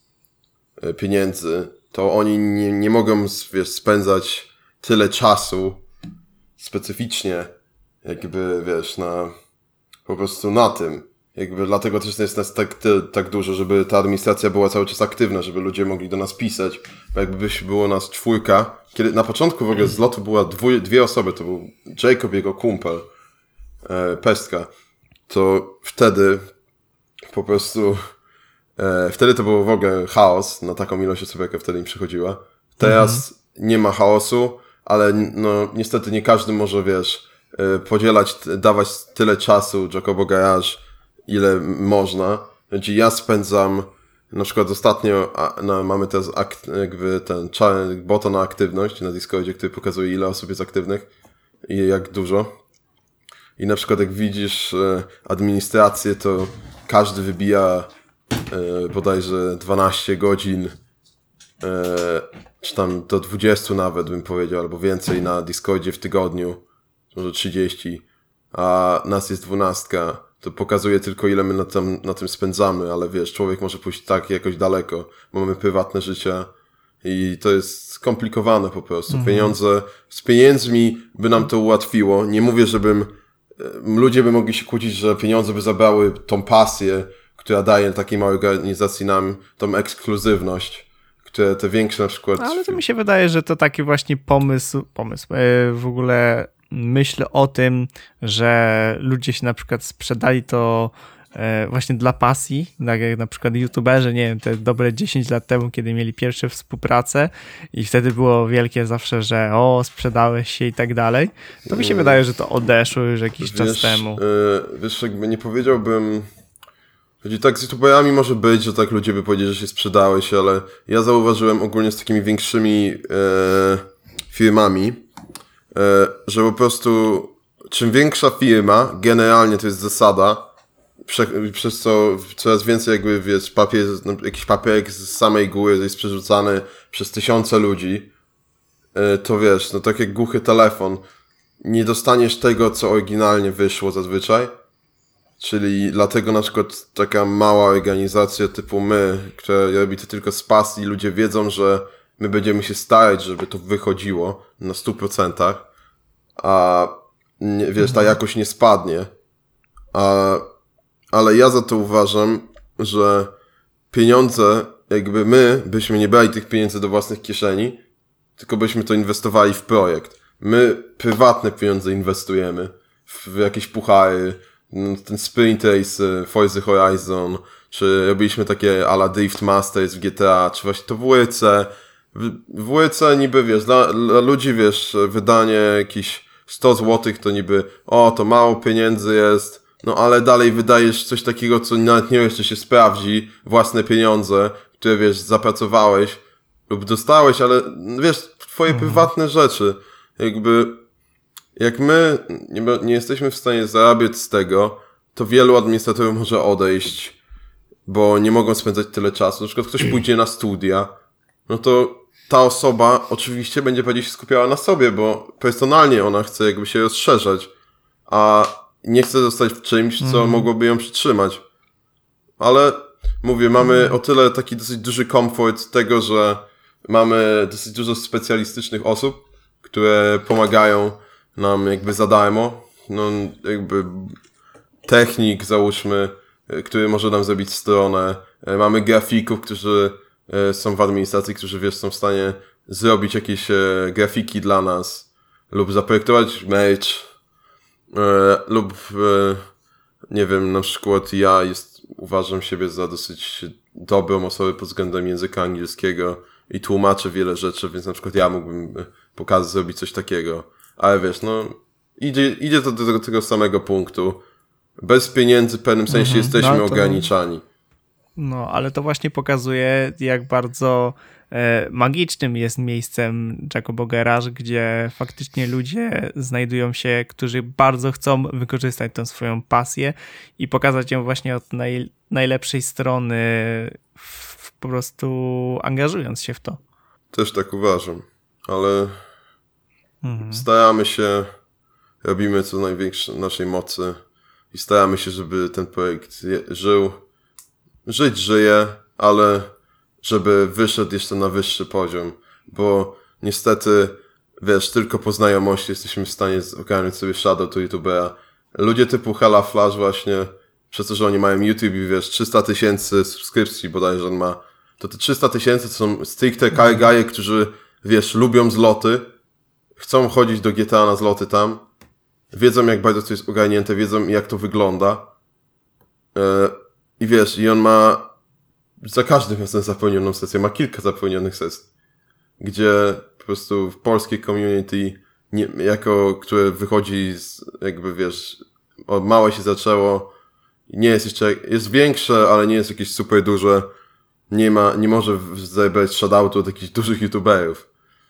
B: e, pieniędzy, to oni nie, nie mogą, wiesz, spędzać tyle czasu specyficznie, jakby, wiesz, na po prostu na tym. Jakby dlatego też jest nas tak, tak dużo, żeby ta administracja była cały czas aktywna, żeby ludzie mogli do nas pisać, bo jakby było nas czwórka, kiedy na początku w ogóle z lotu była dwu, dwie osoby, to był Jacob, jego kumpel, e, Pestka, to wtedy po prostu e, wtedy to było w ogóle chaos na taką ilość osób, jaka wtedy im przychodziła. Teraz mhm. nie ma chaosu, ale no niestety nie każdy może, wiesz, e, podzielać, dawać tyle czasu Jacobo Garage, ile można. Znaczy ja spędzam, na przykład ostatnio a, no, mamy teraz akt, jakby ten bota na aktywność na Discordzie, który pokazuje, ile osób jest aktywnych i jak dużo. I na przykład jak widzisz e, administrację, to każdy wybija e, bodajże dwanaście godzin, e, czy tam do dwudziestu nawet bym powiedział, albo więcej na Discordzie w tygodniu, może trzydzieści, a nas jest dwunastka. To pokazuje tylko, ile my na tym, na tym spędzamy, ale wiesz, człowiek może pójść tak jakoś daleko. Mamy prywatne życie i to jest skomplikowane po prostu. Mhm. Pieniądze, z pieniędzmi by nam to ułatwiło. Nie mówię, żebym, ludzie by mogli się kłócić, że pieniądze by zabrały tą pasję, która daje takiej małej organizacji nam tą ekskluzywność, które te większe na przykład...
A: Ale to mi się wydaje, że to taki właśnie pomysł, pomysł, w ogóle myśl o tym, że ludzie się na przykład sprzedali to właśnie dla pasji, tak jak na przykład youtuberzy, nie wiem, te dobre dziesięć lat temu, kiedy mieli pierwsze współpracę i wtedy było wielkie zawsze, że o, sprzedałeś się i tak dalej, to mi się wydaje, że to odeszło już jakiś wiesz, czas temu.
B: Yy, wiesz, jakby nie powiedziałbym, choć tak z youtuberami może być, że tak ludzie by powiedzieli, że się sprzedałeś, ale ja zauważyłem ogólnie z takimi większymi yy, firmami, że po prostu czym większa firma, generalnie to jest zasada, prze, przez co coraz więcej jakby, wiesz, papier, jakiś papierek z samej góry jest przerzucany przez tysiące ludzi, to wiesz, no tak jak głuchy telefon, nie dostaniesz tego, co oryginalnie wyszło zazwyczaj, Czyli dlatego na przykład taka mała organizacja typu my, która robi to tylko z pasji, ludzie wiedzą, że my będziemy się starać, żeby to wychodziło na stu procentach, a nie, wiesz, ta jakość nie spadnie. A, ale ja za to uważam, że pieniądze, jakby my byśmy nie brali tych pieniędzy do własnych kieszeni, tylko byśmy to inwestowali w projekt. My prywatne pieniądze inwestujemy w jakieś puchary, ten Sprint Race, Forza Horizon, czy robiliśmy takie a la Drift Masters w G T A, czy właśnie to w W R C. W W R C niby, wiesz, dla, dla ludzi, wiesz, wydanie jakieś sto złotych to niby, o, to mało pieniędzy jest, no ale dalej wydajesz coś takiego, co nawet nie wiesz, czy się sprawdzi, własne pieniądze, które, wiesz, zapracowałeś lub dostałeś, ale, wiesz, twoje mhm. prywatne rzeczy. Jakby, jak my nie, nie jesteśmy w stanie zarabiać z tego, to wielu administratorów może odejść, bo nie mogą spędzać tyle czasu. Na przykład ktoś pójdzie na studia, no to ta osoba oczywiście będzie bardziej się skupiała na sobie, bo personalnie ona chce jakby się rozszerzać, a nie chce zostać w czymś, co mm. mogłoby ją przytrzymać. Ale mówię, mamy o tyle taki dosyć duży komfort tego, że mamy dosyć dużo specjalistycznych osób, które pomagają nam jakby za darmo. No jakby technik, załóżmy, który może nam zrobić stronę. Mamy grafików, którzy są w administracji, którzy, wiesz, są w stanie zrobić jakieś grafiki dla nas lub zaprojektować merch lub nie wiem, na przykład ja jest, uważam siebie za dosyć dobrą osobę pod względem języka angielskiego i tłumaczę wiele rzeczy, więc na przykład ja mógłbym pokazać, zrobić coś takiego. Ale wiesz, no idzie, idzie to do, do tego samego punktu. Bez pieniędzy w pewnym sensie mhm, jesteśmy no to... ograniczani.
A: No, ale to właśnie pokazuje, jak bardzo e, magicznym jest miejscem Jacobo Garage, gdzie faktycznie ludzie znajdują się, którzy bardzo chcą wykorzystać tę swoją pasję i pokazać ją właśnie od naj, najlepszej strony, w, po prostu angażując się w to.
B: Też tak uważam, ale mhm. staramy się, robimy co największe naszej mocy i staramy się, żeby ten projekt je, żył. Żyć żyje, ale żeby wyszedł jeszcze na wyższy poziom, bo niestety, wiesz, tylko po znajomości jesteśmy w stanie ogarnąć sobie shadow to youtubera. Ludzie typu Hella Flash właśnie, przez to, że oni mają YouTube i wiesz, trzysta tysięcy subskrypcji bodajże on ma, to te trzysta tysięcy to są stricte guye, którzy, wiesz, lubią zloty, chcą chodzić do G T A na zloty tam, wiedzą jak bardzo to jest ogarnięte, wiedzą jak to wygląda. Yy, I wiesz, i on ma za każdym razem zapełnioną sesję, ma kilka zapełnionych sesji, gdzie po prostu w polskiej community, nie, jako, które wychodzi z, jakby wiesz, od małe się zaczęło, nie jest jeszcze, jest większe, ale nie jest jakieś super duże, nie ma, nie może zebrać shoutoutu od jakichś dużych youtuberów.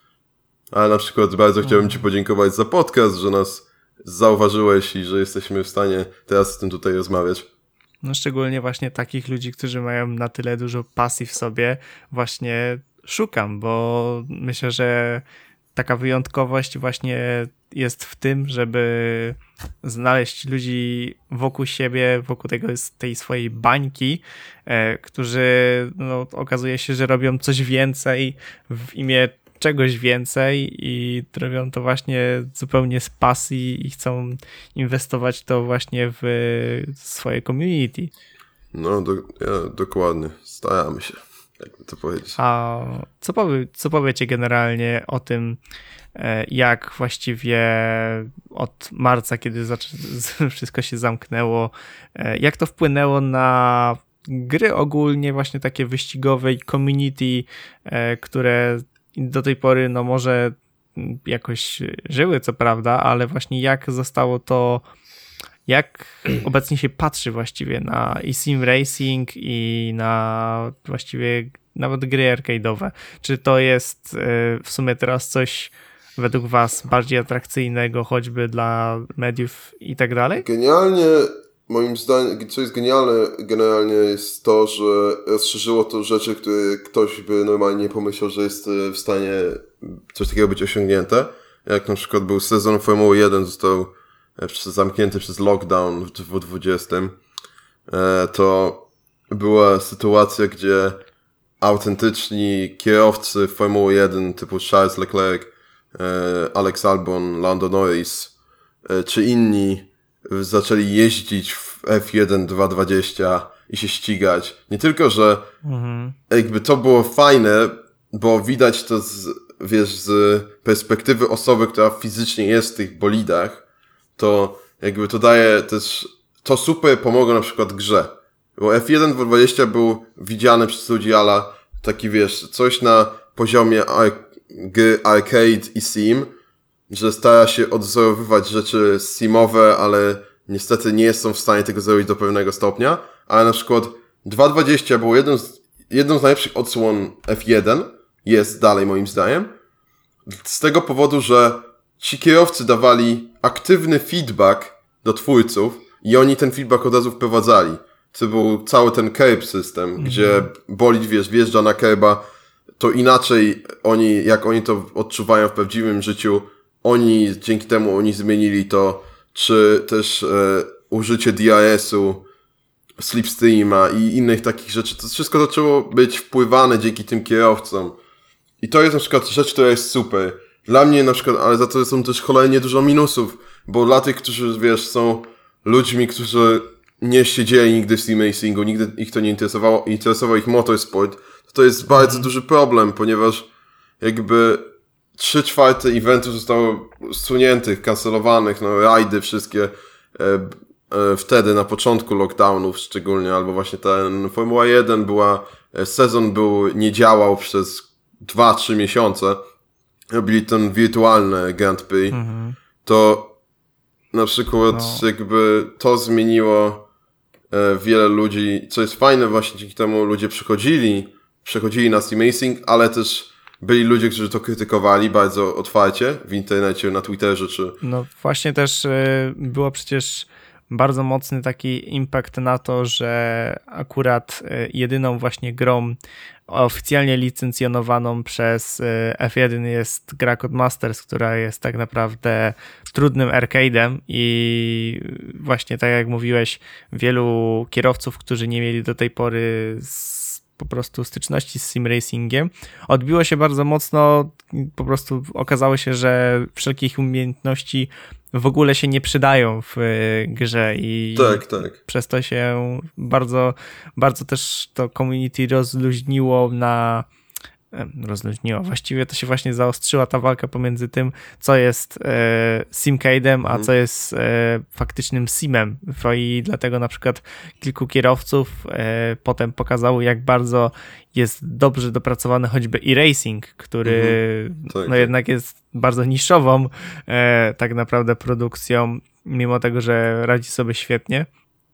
B: Ale na przykład bardzo chciałbym Ci podziękować za podcast, że nas zauważyłeś i że jesteśmy w stanie teraz z tym tutaj rozmawiać.
A: No szczególnie właśnie takich ludzi, którzy mają na tyle dużo pasji w sobie, właśnie szukam, bo myślę, że taka wyjątkowość właśnie jest w tym, żeby znaleźć ludzi wokół siebie, wokół tego, tej swojej bańki, e, którzy no, okazuje się, że robią coś więcej w imię czegoś więcej i robią to właśnie zupełnie z pasji i chcą inwestować to właśnie w swoje community.
B: No, do, ja, dokładnie. Staramy się, jakby to powiedzieć.
A: A co, powie, co powiecie generalnie o tym, jak właściwie od marca, kiedy zaczę- wszystko się zamknęło, jak to wpłynęło na gry ogólnie właśnie takie wyścigowe i community, które do tej pory, no może jakoś żyły, co prawda, ale właśnie jak zostało to, jak obecnie się patrzy właściwie na i sim racing i na właściwie nawet gry arcade'owe. Czy to jest w sumie teraz coś według was bardziej atrakcyjnego, choćby dla mediów i tak dalej?
B: Genialnie, moim zdaniem, co jest genialne generalnie jest to, że rozszerzyło to rzeczy, które ktoś by normalnie nie pomyślał, że jest w stanie coś takiego być osiągnięte. Jak na przykład był sezon Formuły jeden, został zamknięty przez lockdown w dwa tysiące dwudziestym. to była sytuacja, gdzie autentyczni kierowcy Formuły jeden typu Charles Leclerc, Alex Albon, Lando Norris czy inni zaczęli jeździć w F jeden dwa dwadzieścia i się ścigać. Nie tylko, że mhm. jakby to było fajne, bo widać to z, wiesz, z perspektywy osoby, która fizycznie jest w tych bolidach, to jakby to daje też, to super pomogło na przykład grze. Bo F jeden dwa dwadzieścia był widziany przez ludzi ala taki, wiesz, coś na poziomie ar- gry arcade i sim, że stara się odwzorowywać rzeczy simowe, ale niestety nie są w stanie tego zrobić do pewnego stopnia, ale na przykład dwa dwadzieścia było jedną z, jedną z najlepszych odsłon F jeden, jest dalej moim zdaniem, z tego powodu, że ci kierowcy dawali aktywny feedback do twórców i oni ten feedback od razu wprowadzali. To był cały ten curb system, mm. gdzie bolid, wiesz, wjeżdża na curba, to inaczej oni, jak oni to odczuwają w prawdziwym życiu, oni, dzięki temu oni zmienili to, czy też e, użycie D R S-u, slipstreama i innych takich rzeczy. To wszystko zaczęło być wpływane dzięki tym kierowcom. I to jest na przykład rzecz, która jest super. Dla mnie na przykład, ale za to są też cholernie dużo minusów, bo dla tych, którzy, wiesz, są ludźmi, którzy nie siedzieli nigdy w sim racingu, nigdy ich to nie interesowało, interesował ich motorsport, to to jest bardzo mm. duży problem, ponieważ jakby trzy czwarte eventów zostało usuniętych, kancelowanych, no rajdy wszystkie e, e, wtedy na początku lockdownów szczególnie, albo właśnie ten Formuła jeden była, e, sezon był, nie działał przez dwa trzy miesiące, robili ten wirtualny Grand Prix, mm-hmm. to na przykład no. jakby to zmieniło e, wiele ludzi, co jest fajne właśnie dzięki temu ludzie przychodzili, przechodzili na sim racing, ale też byli ludzie, którzy to krytykowali bardzo otwarcie w internecie, na Twitterze czy...
A: No właśnie też y, było przecież bardzo mocny taki impact na to, że akurat y, jedyną właśnie grą oficjalnie licencjonowaną przez y, F jeden jest gra Codemasters, która jest tak naprawdę trudnym arcade'em i właśnie tak jak mówiłeś, wielu kierowców, którzy nie mieli do tej pory z po prostu styczności z sim racingiem, odbiło się bardzo mocno, po prostu okazało się, że wszelkie ich umiejętności w ogóle się nie przydają w grze i
B: tak, tak.
A: przez to się bardzo, bardzo też to community rozluźniło na rozluźniło. Właściwie to się właśnie zaostrzyła ta walka pomiędzy tym, co jest e, simcade'em, a mhm. co jest e, faktycznym simem. I dlatego na przykład kilku kierowców e, potem pokazało, jak bardzo jest dobrze dopracowany choćby e-racing, który mhm. tak, no tak. jednak jest bardzo niszową e, tak naprawdę produkcją, mimo tego, że radzi sobie świetnie.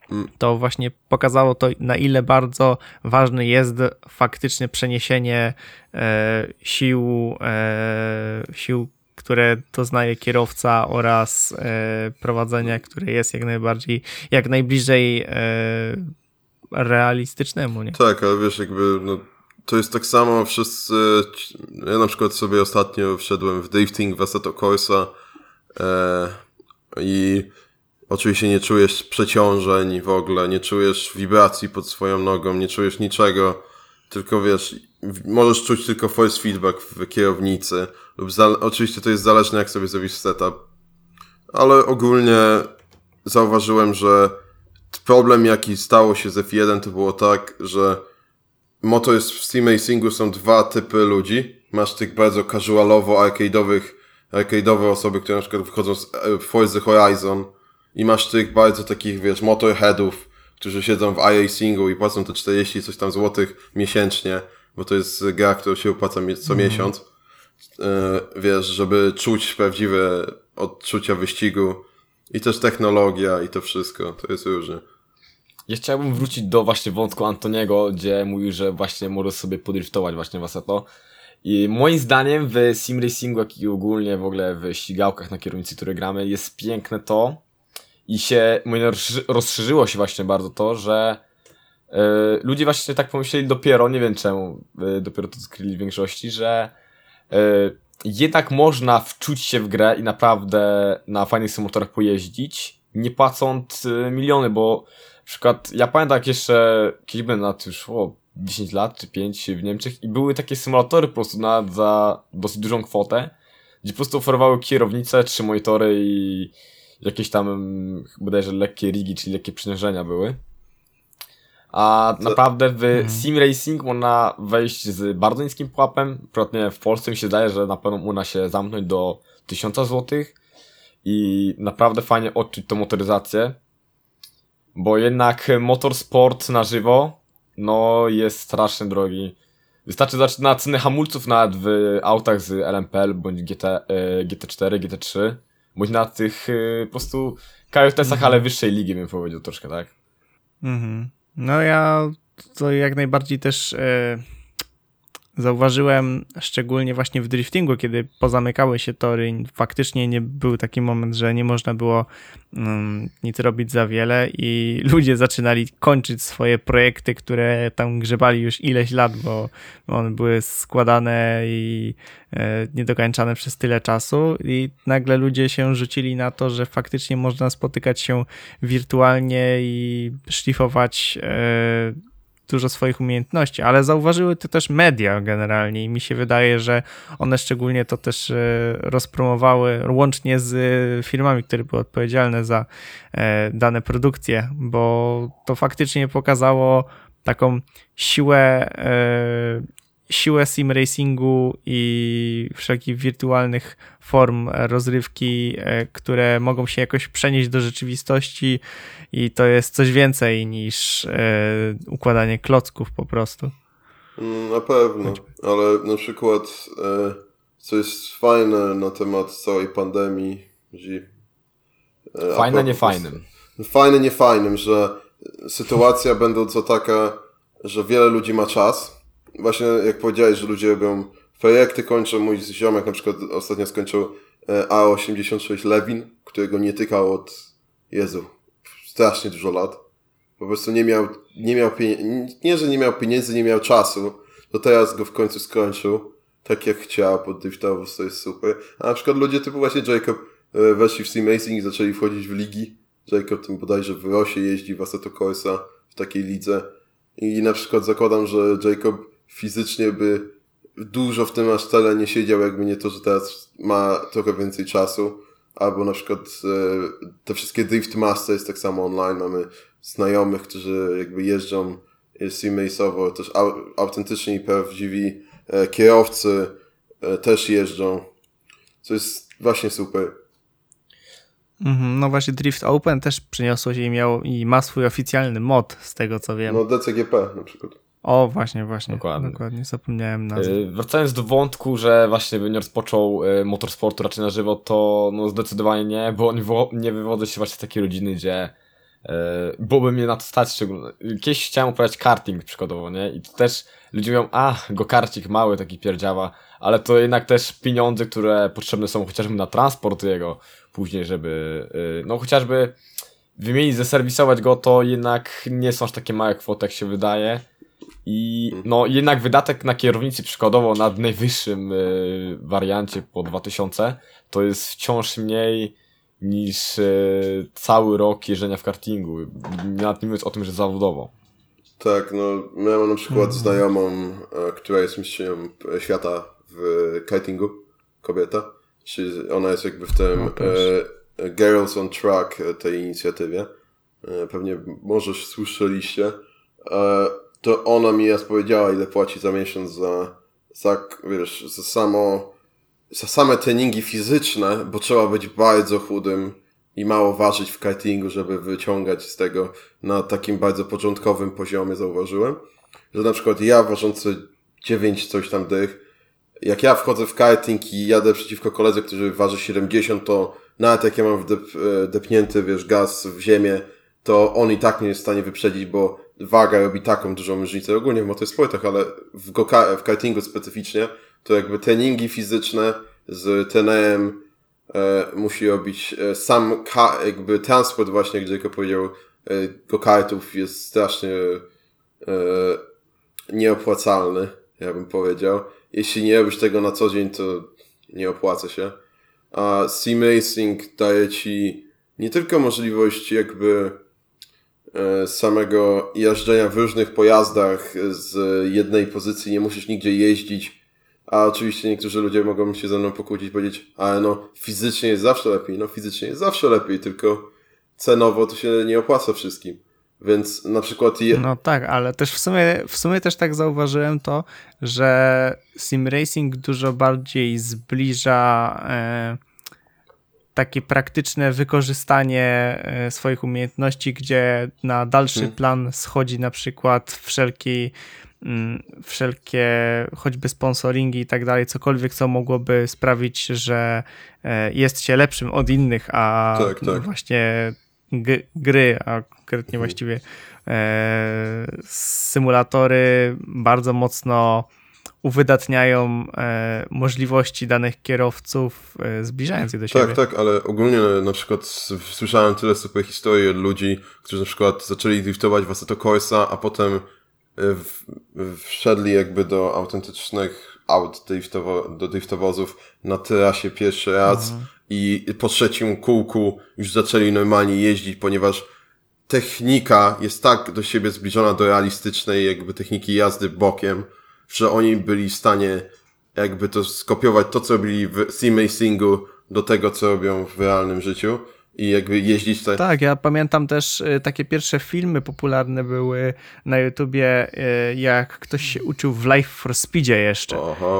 A: To właśnie pokazało to, na ile bardzo ważne jest faktycznie przeniesienie e, sił, e, sił, które doznaje kierowca oraz e, prowadzenia, które jest jak najbardziej, jak najbliżej e, realistycznemu, nie?
B: Tak, ale wiesz, jakby no, to jest tak samo wszyscy, ja na przykład sobie ostatnio wszedłem w drifting w Assetto Corsa e, i oczywiście nie czujesz przeciążeń w ogóle, nie czujesz wibracji pod swoją nogą, nie czujesz niczego, tylko wiesz, możesz czuć tylko force feedback w kierownicy, lub za, oczywiście to jest zależne jak sobie zrobisz setup, ale ogólnie zauważyłem, że problem jaki stało się z F jeden to było tak, że moto jest w sim racingu są dwa typy ludzi, masz tych bardzo casualowo arcade'owych, arcade'owe osoby, które na przykład wychodzą z Forza Horizon, i masz tych bardzo takich, wiesz, motorheadów, którzy siedzą w iRacingu i płacą te czterdzieści coś tam złotych miesięcznie, bo to jest gra, którą się opłaca co mm. miesiąc. Yy, wiesz, żeby czuć prawdziwe odczucia wyścigu i też technologia i to wszystko. To jest różnie.
C: Ja chciałbym wrócić do właśnie wątku Antoniego, gdzie mówił, że właśnie może sobie podriftować właśnie w Assetto. I moim zdaniem w sim racingu, jak i ogólnie w ogóle w ścigałkach na kierownicy, które gramy, jest piękne to, i się rozszerzyło się właśnie bardzo to, że y, ludzie właśnie tak pomyśleli dopiero, nie wiem czemu, y, dopiero to odkryli w większości, że y, jednak można wczuć się w grę i naprawdę na fajnych symulatorach pojeździć, nie płacąc y, miliony, bo na przykład ja pamiętam jak jeszcze kiedyś byłem na już o, dziesięć lat czy pięć w Niemczech i były takie symulatory po prostu na, za dosyć dużą kwotę, gdzie po prostu oferowały kierownice, trzy monitory i jakieś tam bodajże lekkie rigi, czyli lekkie przynężenia były. A Co? naprawdę w hmm. Sim Racing można wejść z bardzo niskim pułapem. Akurat nie, w Polsce mi się zdaje, że na pewno uda się zamknąć do tysiąc złotych i naprawdę fajnie odczuć tą motoryzację, bo jednak motorsport na żywo no jest strasznie drogi. Wystarczy zobaczyć na ceny hamulców nawet w autach z L M P L bądź G T, G T cztery, G T trzy, bądź na tych po prostu K J T-sach, ale wyższej ligi bym powiedział troszkę, tak?
A: Mhm. No ja to jak najbardziej też e, zauważyłem, szczególnie właśnie w driftingu, kiedy pozamykały się tory, faktycznie nie był taki moment, że nie można było um, nic robić za wiele i ludzie zaczynali kończyć swoje projekty, które tam grzebali już ileś lat, bo one były składane i e, niedokończane przez tyle czasu i nagle ludzie się rzucili na to, że faktycznie można spotykać się wirtualnie i szlifować e, dużo swoich umiejętności, ale zauważyły to też media generalnie i mi się wydaje, że one szczególnie to też rozpromowały łącznie z firmami, które były odpowiedzialne za dane produkcje, bo to faktycznie pokazało taką siłę siłę sim racingu i wszelkich wirtualnych form rozrywki, które mogą się jakoś przenieść do rzeczywistości i to jest coś więcej niż e, układanie klocków po prostu.
B: Na pewno, ale na przykład e, co jest fajne na temat całej pandemii, że,
C: e, fajne nie fajnym.
B: Fajne nie fajnym, że sytuacja będąca taka, że wiele ludzi ma czas. Właśnie jak powiedziałeś, że ludzie robią projekty, kończą, mój ziomek na przykład ostatnio skończył A osiemdziesiąt sześć Lewin, którego nie tykał od, Jezu, strasznie dużo lat. Po prostu nie miał, nie miał pieniędzy, nie, że nie miał pieniędzy, nie miał czasu, to teraz go w końcu skończył, tak jak chciał, poddriftował, to jest super. A na przykład ludzie typu właśnie Jacob weszli w Sim Racing i zaczęli wchodzić w ligi. Jacob tym bodajże w Rosie jeździ w Assetto Corsa, w takiej lidze. I na przykład zakładam, że Jacob fizycznie by dużo w tym aż tyle nie siedział, jakby nie to, że teraz ma trochę więcej czasu. Albo na przykład e, te wszystkie Drift Masters tak samo online. Mamy znajomych, którzy jakby jeżdżą sim-race'owo, też au, autentyczni i prawdziwi e, kierowcy e, też jeżdżą. Co jest właśnie super.
A: Mm-hmm, no właśnie Drift Open też przyniosło się i miał i ma swój oficjalny mod, z tego co wiem.
B: No D C G P na przykład.
A: O, właśnie, właśnie. Dokładnie, dokładnie zapomniałem nazwy.
C: Yy, wracając do wątku, że właśnie bym nie rozpoczął yy, motorsportu raczej na żywo, to no zdecydowanie nie, bo nie, wo- nie wywodzę się właśnie z takiej rodziny, gdzie yy, byłoby mnie na to stać szczególnie. Kiedyś chciałem uprawiać karting przykładowo, nie? I to też ludzie mówią, a, go-karcik mały, taki pierdziawa, ale to jednak też pieniądze, które potrzebne są chociażby na transport jego później, żeby, yy, no chociażby wymienić, zeserwisować go, to jednak nie są aż takie małe kwoty, jak się wydaje. I no jednak wydatek na kierownicy przykładowo na najwyższym y, wariancie po dwa tysiące to jest wciąż mniej niż y, cały rok jeżdżenia w kartingu. Nawet nie mówiąc o tym, że zawodowo.
B: Tak, no miałem na przykład mm. znajomą, e, która jest mistrzynią świata w kartingu, kobieta. Czyli ona jest jakby w tym no, e, Girls on Track tej inicjatywie. E, pewnie może słyszeliście. E, to ona mi raz powiedziała, ile płaci za miesiąc za, za wiesz, za samo, za same treningi fizyczne, bo trzeba być bardzo chudym i mało ważyć w kartingu, żeby wyciągać z tego na takim bardzo początkowym poziomie, zauważyłem. Że na przykład ja ważący dziewięć coś tam dych, jak ja wchodzę w karting i jadę przeciwko koledze, który waży siedemdziesiąt, to nawet jak ja mam wdep- depnięty, wiesz, gaz w ziemię, to on i tak nie jest w stanie wyprzedzić, bo waga robi taką dużą różnicę ogólnie w motorsportach, ale w, go- w kartingu specyficznie, to jakby treningi fizyczne z trenerem e, musi robić e, sam ka- jakby transport właśnie, jak Jacob powiedział, e, go-kartów jest strasznie e, nieopłacalny, ja bym powiedział. Jeśli nie robisz tego na co dzień, to nie opłaca się. A sim racing daje ci nie tylko możliwość jakby e, samego jeżdżenia w różnych pojazdach z jednej pozycji, nie musisz nigdzie jeździć, a oczywiście niektórzy ludzie mogą się ze mną pokłócić i powiedzieć, ale no fizycznie jest zawsze lepiej, no fizycznie jest zawsze lepiej, tylko cenowo to się nie opłaca wszystkim. Więc na przykład... Je...
A: No tak, ale też w sumie, w sumie też tak zauważyłem to, że sim racing dużo bardziej zbliża e, takie praktyczne wykorzystanie e, swoich umiejętności, gdzie na dalszy hmm. plan schodzi na przykład wszelki, m, wszelkie choćby sponsoringi i tak dalej, cokolwiek, co mogłoby sprawić, że e, jest się lepszym od innych, a tak, tak. właśnie g- gry, a konkretnie właściwie e, symulatory bardzo mocno uwydatniają e, możliwości danych kierowców, e, zbliżając je do siebie.
B: Tak, tak, ale ogólnie na przykład słyszałem tyle super historii od ludzi, którzy na przykład zaczęli driftować w Assetto Corsa, a potem w, wszedli jakby do autentycznych aut driftowo, do driftowozów na trasie pierwszy raz mhm. i po trzecim kółku już zaczęli normalnie jeździć, ponieważ technika jest tak do siebie zbliżona do realistycznej jakby techniki jazdy bokiem, że oni byli w stanie jakby to skopiować to, co robili w sim racingu do tego, co robią w realnym życiu i jakby jeździć tak.
A: Tak, ja pamiętam też y, takie pierwsze filmy popularne były na YouTubie, y, jak ktoś się uczył w Life for Speedzie jeszcze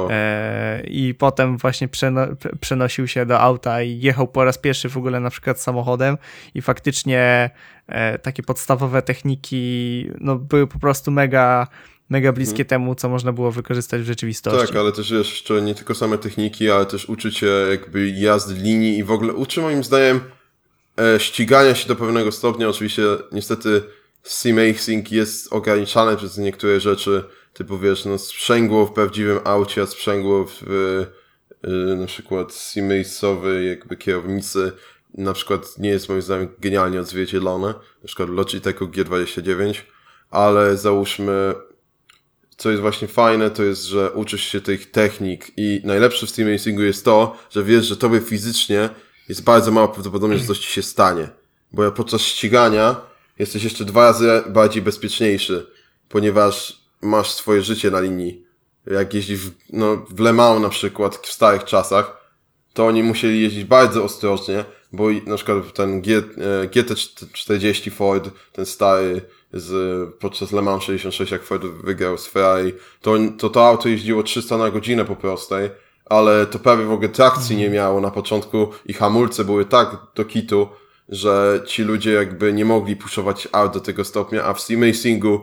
A: y, i potem właśnie przeno- przenosił się do auta i jechał po raz pierwszy w ogóle na przykład samochodem i faktycznie y, takie podstawowe techniki no, były po prostu mega mega bliskie hmm. temu, co można było wykorzystać w rzeczywistości.
B: Tak, ale też jeszcze nie tylko same techniki, ale też uczy cię jakby jazdy linii i w ogóle uczy moim zdaniem e, ścigania się do pewnego stopnia. Oczywiście niestety sim racing jest ograniczane przez niektóre rzeczy, typu wiesz, no sprzęgło w prawdziwym aucie, a sprzęgło w e, na przykład sim race'owej jakby kierownicy na przykład nie jest moim zdaniem genialnie odzwierciedlone. Na przykład Logitechu G dwadzieścia dziewięć, ale załóżmy co jest właśnie fajne, to jest, że uczysz się tych technik i najlepsze w sim racingu jest to, że wiesz, że tobie fizycznie jest bardzo mało prawdopodobne, że coś ci się stanie. Bo podczas ścigania jesteś jeszcze dwa razy bardziej bezpieczniejszy, ponieważ masz swoje życie na linii. Jak jeździsz w, no, w Le Mans na przykład w starych czasach, to oni musieli jeździć bardzo ostrożnie, bo na przykład ten G, G T czterdzieści Ford, ten stary z, podczas Le Mans sześćdziesiąt sześć, jak Ford wygrał z Ferrari, to, to to auto jeździło trzysta na godzinę po prostej, ale to prawie w ogóle trakcji nie miało na początku i hamulce były tak do kitu, że ci ludzie jakby nie mogli puszować aut do tego stopnia, a w sim racingu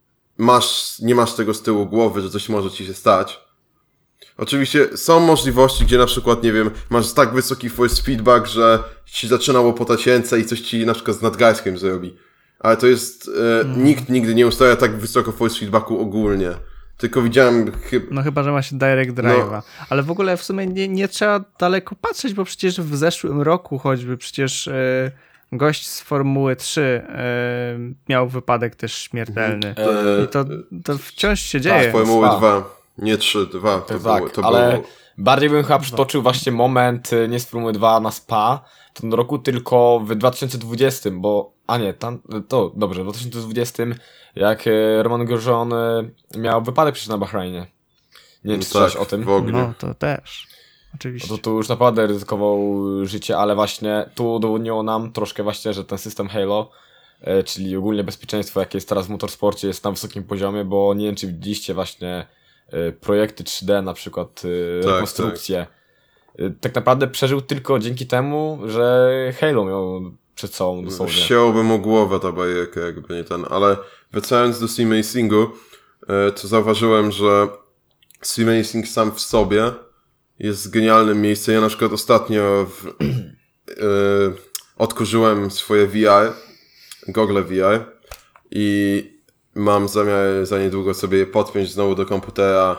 B: masz, nie masz tego z tyłu głowy, że coś może ci się stać. Oczywiście są możliwości, gdzie na przykład, nie wiem, masz tak wysoki force feedback, że ci zaczyna łopotać ręce i coś ci na przykład z nadgarstkiem zrobi. Ale to jest... E, mm. Nikt nigdy nie ustawia tak wysoko force feedbacku ogólnie. Tylko widziałem... Chyb...
A: No chyba, że ma się direct drive'a. No. Ale w ogóle w sumie nie, nie trzeba daleko patrzeć, bo przecież w zeszłym roku choćby przecież e, gość z Formuły trzy e, miał wypadek też śmiertelny. E, I to, to wciąż się dzieje.
B: Tak, Formuły dwa. Nie trzy, dwa. To, to
C: tak,
B: było, to
C: ale
B: było...
C: bardziej bym chyba przytoczył właśnie moment nie z Formuły dwa na Spa w tym roku, tylko w dwa tysiące dwudziestym, bo, a nie, tam, to dobrze, w dwa tysiące dwudziestym jak Romain Grosjean miał wypadek przecież na Bahrajnie. Nie wiem, czy
B: no
C: coś
B: tak,
C: o tym.
B: W ogóle.
A: No, to też. Oczywiście.
C: No to tu już naprawdę ryzykował życie, ale właśnie tu udowodniło nam troszkę właśnie, że ten system Halo, czyli ogólnie bezpieczeństwo, jakie jest teraz w motorsporcie, jest na wysokim poziomie, bo nie wiem, czy widzieliście właśnie projekty trzy D, na przykład tak, rekonstrukcje. Tak. tak naprawdę przeżył tylko dzięki temu, że Halo miał przed sobą dosłownie.
B: Ścięłoby mu głowę ta bajeka, jakby nie ten, ale wracając do sim racingu, to zauważyłem, że sim racing sam w sobie jest genialnym miejscem. Ja na przykład ostatnio w, yy, odkurzyłem swoje V R, gogle V R i mam zamiar za niedługo sobie je podpiąć znowu do komputera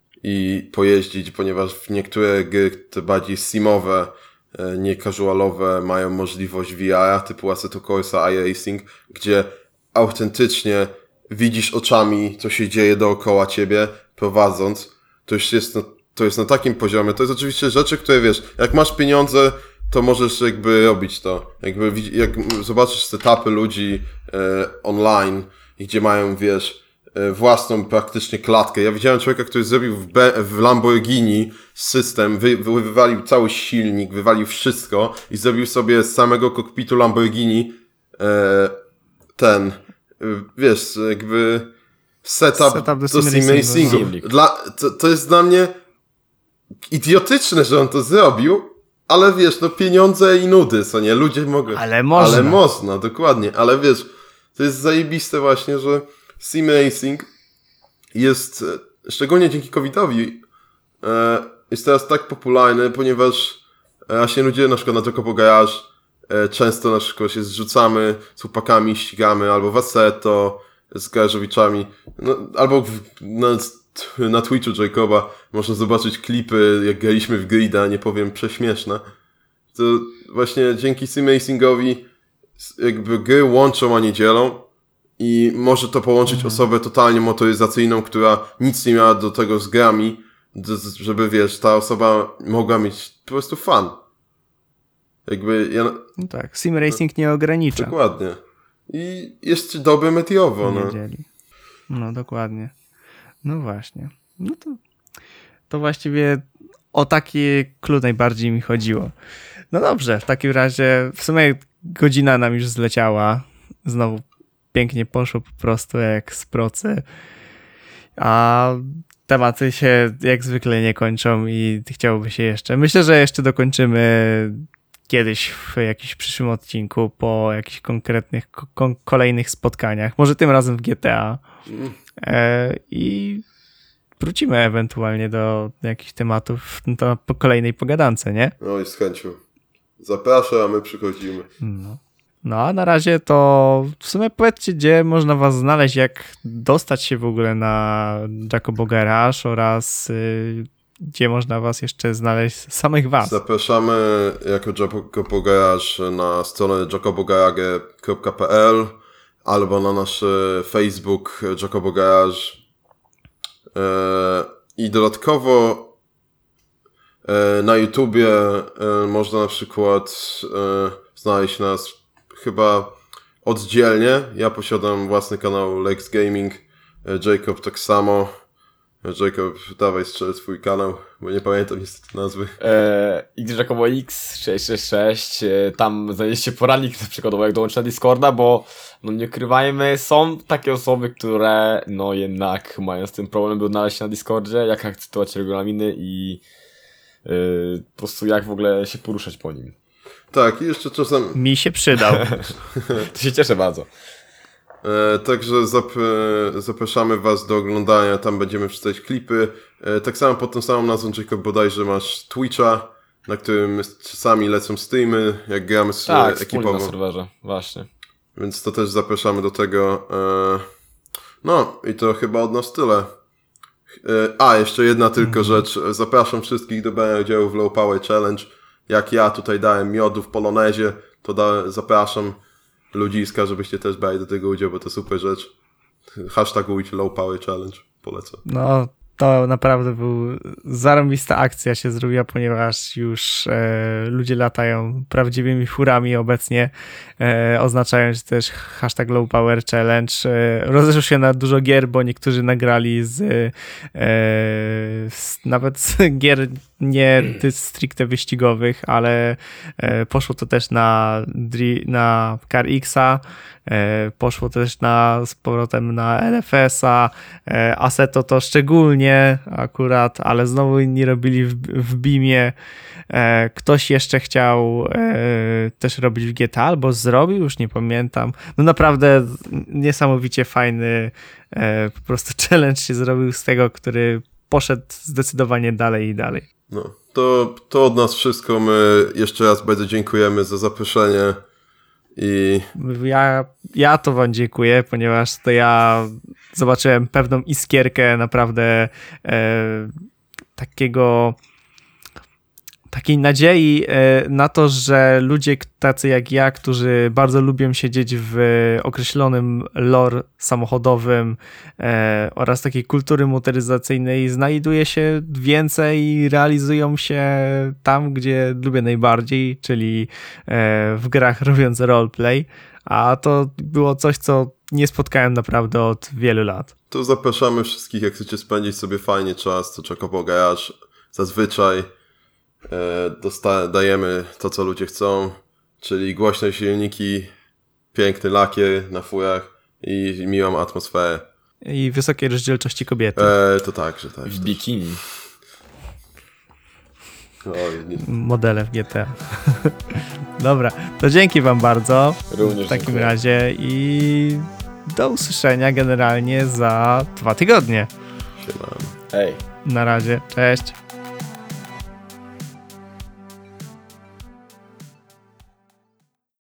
B: i pojeździć, ponieważ niektóre gry, te bardziej simowe, nie casualowe, mają możliwość V R-a typu Assetto Corsa, iRacing, gdzie autentycznie widzisz oczami, co się dzieje dookoła ciebie, prowadząc. To już jest na, to jest na takim poziomie. To jest oczywiście rzeczy, które wiesz, jak masz pieniądze, to możesz jakby robić to. Jakby jak zobaczysz setupy ludzi e, online, gdzie mają, wiesz, e, własną praktycznie klatkę. Ja widziałem człowieka, który zrobił w, B, w Lamborghini system, wy, wy, wywalił cały silnik, wywalił wszystko i zrobił sobie z samego kokpitu Lamborghini e, ten, e, wiesz, jakby setup,
A: setup do
B: sim
A: sim
B: racingu. Dla, to, to jest dla mnie idiotyczne, że on to zrobił, ale wiesz, no pieniądze i nudy, co nie? Ludzie mogą...
A: Ale można.
B: Ale można, dokładnie. Ale wiesz, to jest zajebiste właśnie, że sim racing jest, szczególnie dzięki covidowi, e, jest teraz tak popularny, ponieważ e, właśnie ludzie na przykład na Jacobo Garage e, często na przykład się zrzucamy z chłopakami, ścigamy, albo w Assetto z garażowiczami, no, albo w, na, na Twitchu Jacoba można zobaczyć klipy, jak graliśmy w Grida, nie powiem, prześmieszne. To właśnie dzięki sim racingowi jakby gry łączą, a nie dzielą i może to połączyć mhm. osobę totalnie motoryzacyjną, która nic nie miała do tego z grami, żeby, wiesz, ta osoba mogła mieć po prostu fan. Jakby ja...
A: No tak, sim racing nie ogranicza.
B: Dokładnie. I jest dobry metiowo, no.
A: No, dokładnie. No właśnie. No to, to właściwie o taki klub najbardziej mi chodziło. No dobrze, w takim razie w sumie godzina nam już zleciała. Znowu pięknie poszło po prostu jak z procy. A tematy się jak zwykle nie kończą i chciałoby się jeszcze. Myślę, że jeszcze dokończymy kiedyś w jakimś przyszłym odcinku po jakichś konkretnych, ko- kolejnych spotkaniach. Może tym razem w G T A. E, I wrócimy ewentualnie do jakichś tematów to po kolejnej pogadance, nie?
B: No i z chęcią. Zapraszam, a my przychodzimy.
A: No. No a na razie to w sumie powiedzcie, gdzie można was znaleźć, jak dostać się w ogóle na Jacobo Garage oraz y, gdzie można was jeszcze znaleźć, samych was.
B: Zapraszamy jako Jacobo Garage na stronę jacobogarage kropka p l albo na nasz Facebook Jacobo Garage. I dodatkowo na YouTubie można na przykład znaleźć nas chyba oddzielnie. Ja posiadam własny kanał Lex Gaming, Jacob tak samo. Jacob, dawaj strzelę swój kanał, bo nie pamiętam niestety nazwy.
C: Eee, Jacobo X sześć sześć sześć, e, tam znajdziecie poradnik na przykładowo jak dołączyć na Discorda, bo no nie ukrywajmy, są takie osoby, które no jednak mają z tym problem, by odnaleźć się na Discordzie, jak akceptować regulaminy i e, po prostu jak w ogóle się poruszać po nim.
B: Tak, i jeszcze czasem...
A: Mi się przydał.
C: To się cieszę bardzo.
B: E, także zap- zapraszamy was do oglądania, tam będziemy wrzucać klipy. E, tak samo pod tą samą nazwą, Jacob, bodajże masz Twitcha, na którym czasami lecą streamy, jak gramy z
C: tak,
B: ekipową.
C: Tak, na serwerze, właśnie.
B: Więc to też zapraszamy do tego. E, no i to chyba od nas tyle. E, a, jeszcze jedna tylko mm. rzecz. Zapraszam wszystkich do brania udziału w Low Power Challenge. Jak ja tutaj dałem miodu w Polonezie, to da- zapraszam ludziska, żebyście też brali do tego udział, bo to super rzecz. Hashtagujcie Low Power Challenge. Polecam.
A: No, to naprawdę był zarąbista akcja się zrobiła, ponieważ już e, ludzie latają prawdziwymi furami obecnie, e, oznaczając też hashtag Low Power Challenge. E, rozeszło się na dużo gier, bo niektórzy nagrali z, e, z nawet z gier nie stricte wyścigowych, ale e, poszło to też na, na Car X-a, e, poszło też na, z powrotem na L F S-a, e, Assetto to szczególnie akurat, ale znowu inni robili w, w Beamie. E, ktoś jeszcze chciał e, też robić w G T A, albo zrobił, już nie pamiętam. No naprawdę niesamowicie fajny e, po prostu challenge się zrobił z tego, który poszedł zdecydowanie dalej i dalej.
B: No, to, to od nas wszystko. My jeszcze raz bardzo dziękujemy za zaproszenie i...
A: Ja, ja to wam dziękuję, ponieważ to ja zobaczyłem pewną iskierkę naprawdę e, takiego tak, takiej nadziei e, na to, że ludzie tacy jak ja, którzy bardzo lubią siedzieć w określonym lore samochodowym e, oraz takiej kultury motoryzacyjnej, znajduje się więcej i realizują się tam, gdzie lubię najbardziej, czyli e, w grach robiąc roleplay, a to było coś, co nie spotkałem naprawdę od wielu lat.
B: To zapraszamy wszystkich, jak chcecie spędzić sobie fajnie czas, to Chocobo Garage zazwyczaj e, dosta- dajemy to, co ludzie chcą, czyli głośne silniki, piękny lakier na furach i miłą atmosferę.
A: I wysokiej rozdzielczości kobiety.
B: E, to tak, że tak.
C: W bikini.
B: Oj, nie.
A: Modele w G T A. Dobra, to dzięki wam bardzo.
C: Również
A: w takim
C: dziękuję.
A: razie i do usłyszenia generalnie za dwa tygodnie.
B: Siema.
C: Hej.
A: Na razie, cześć.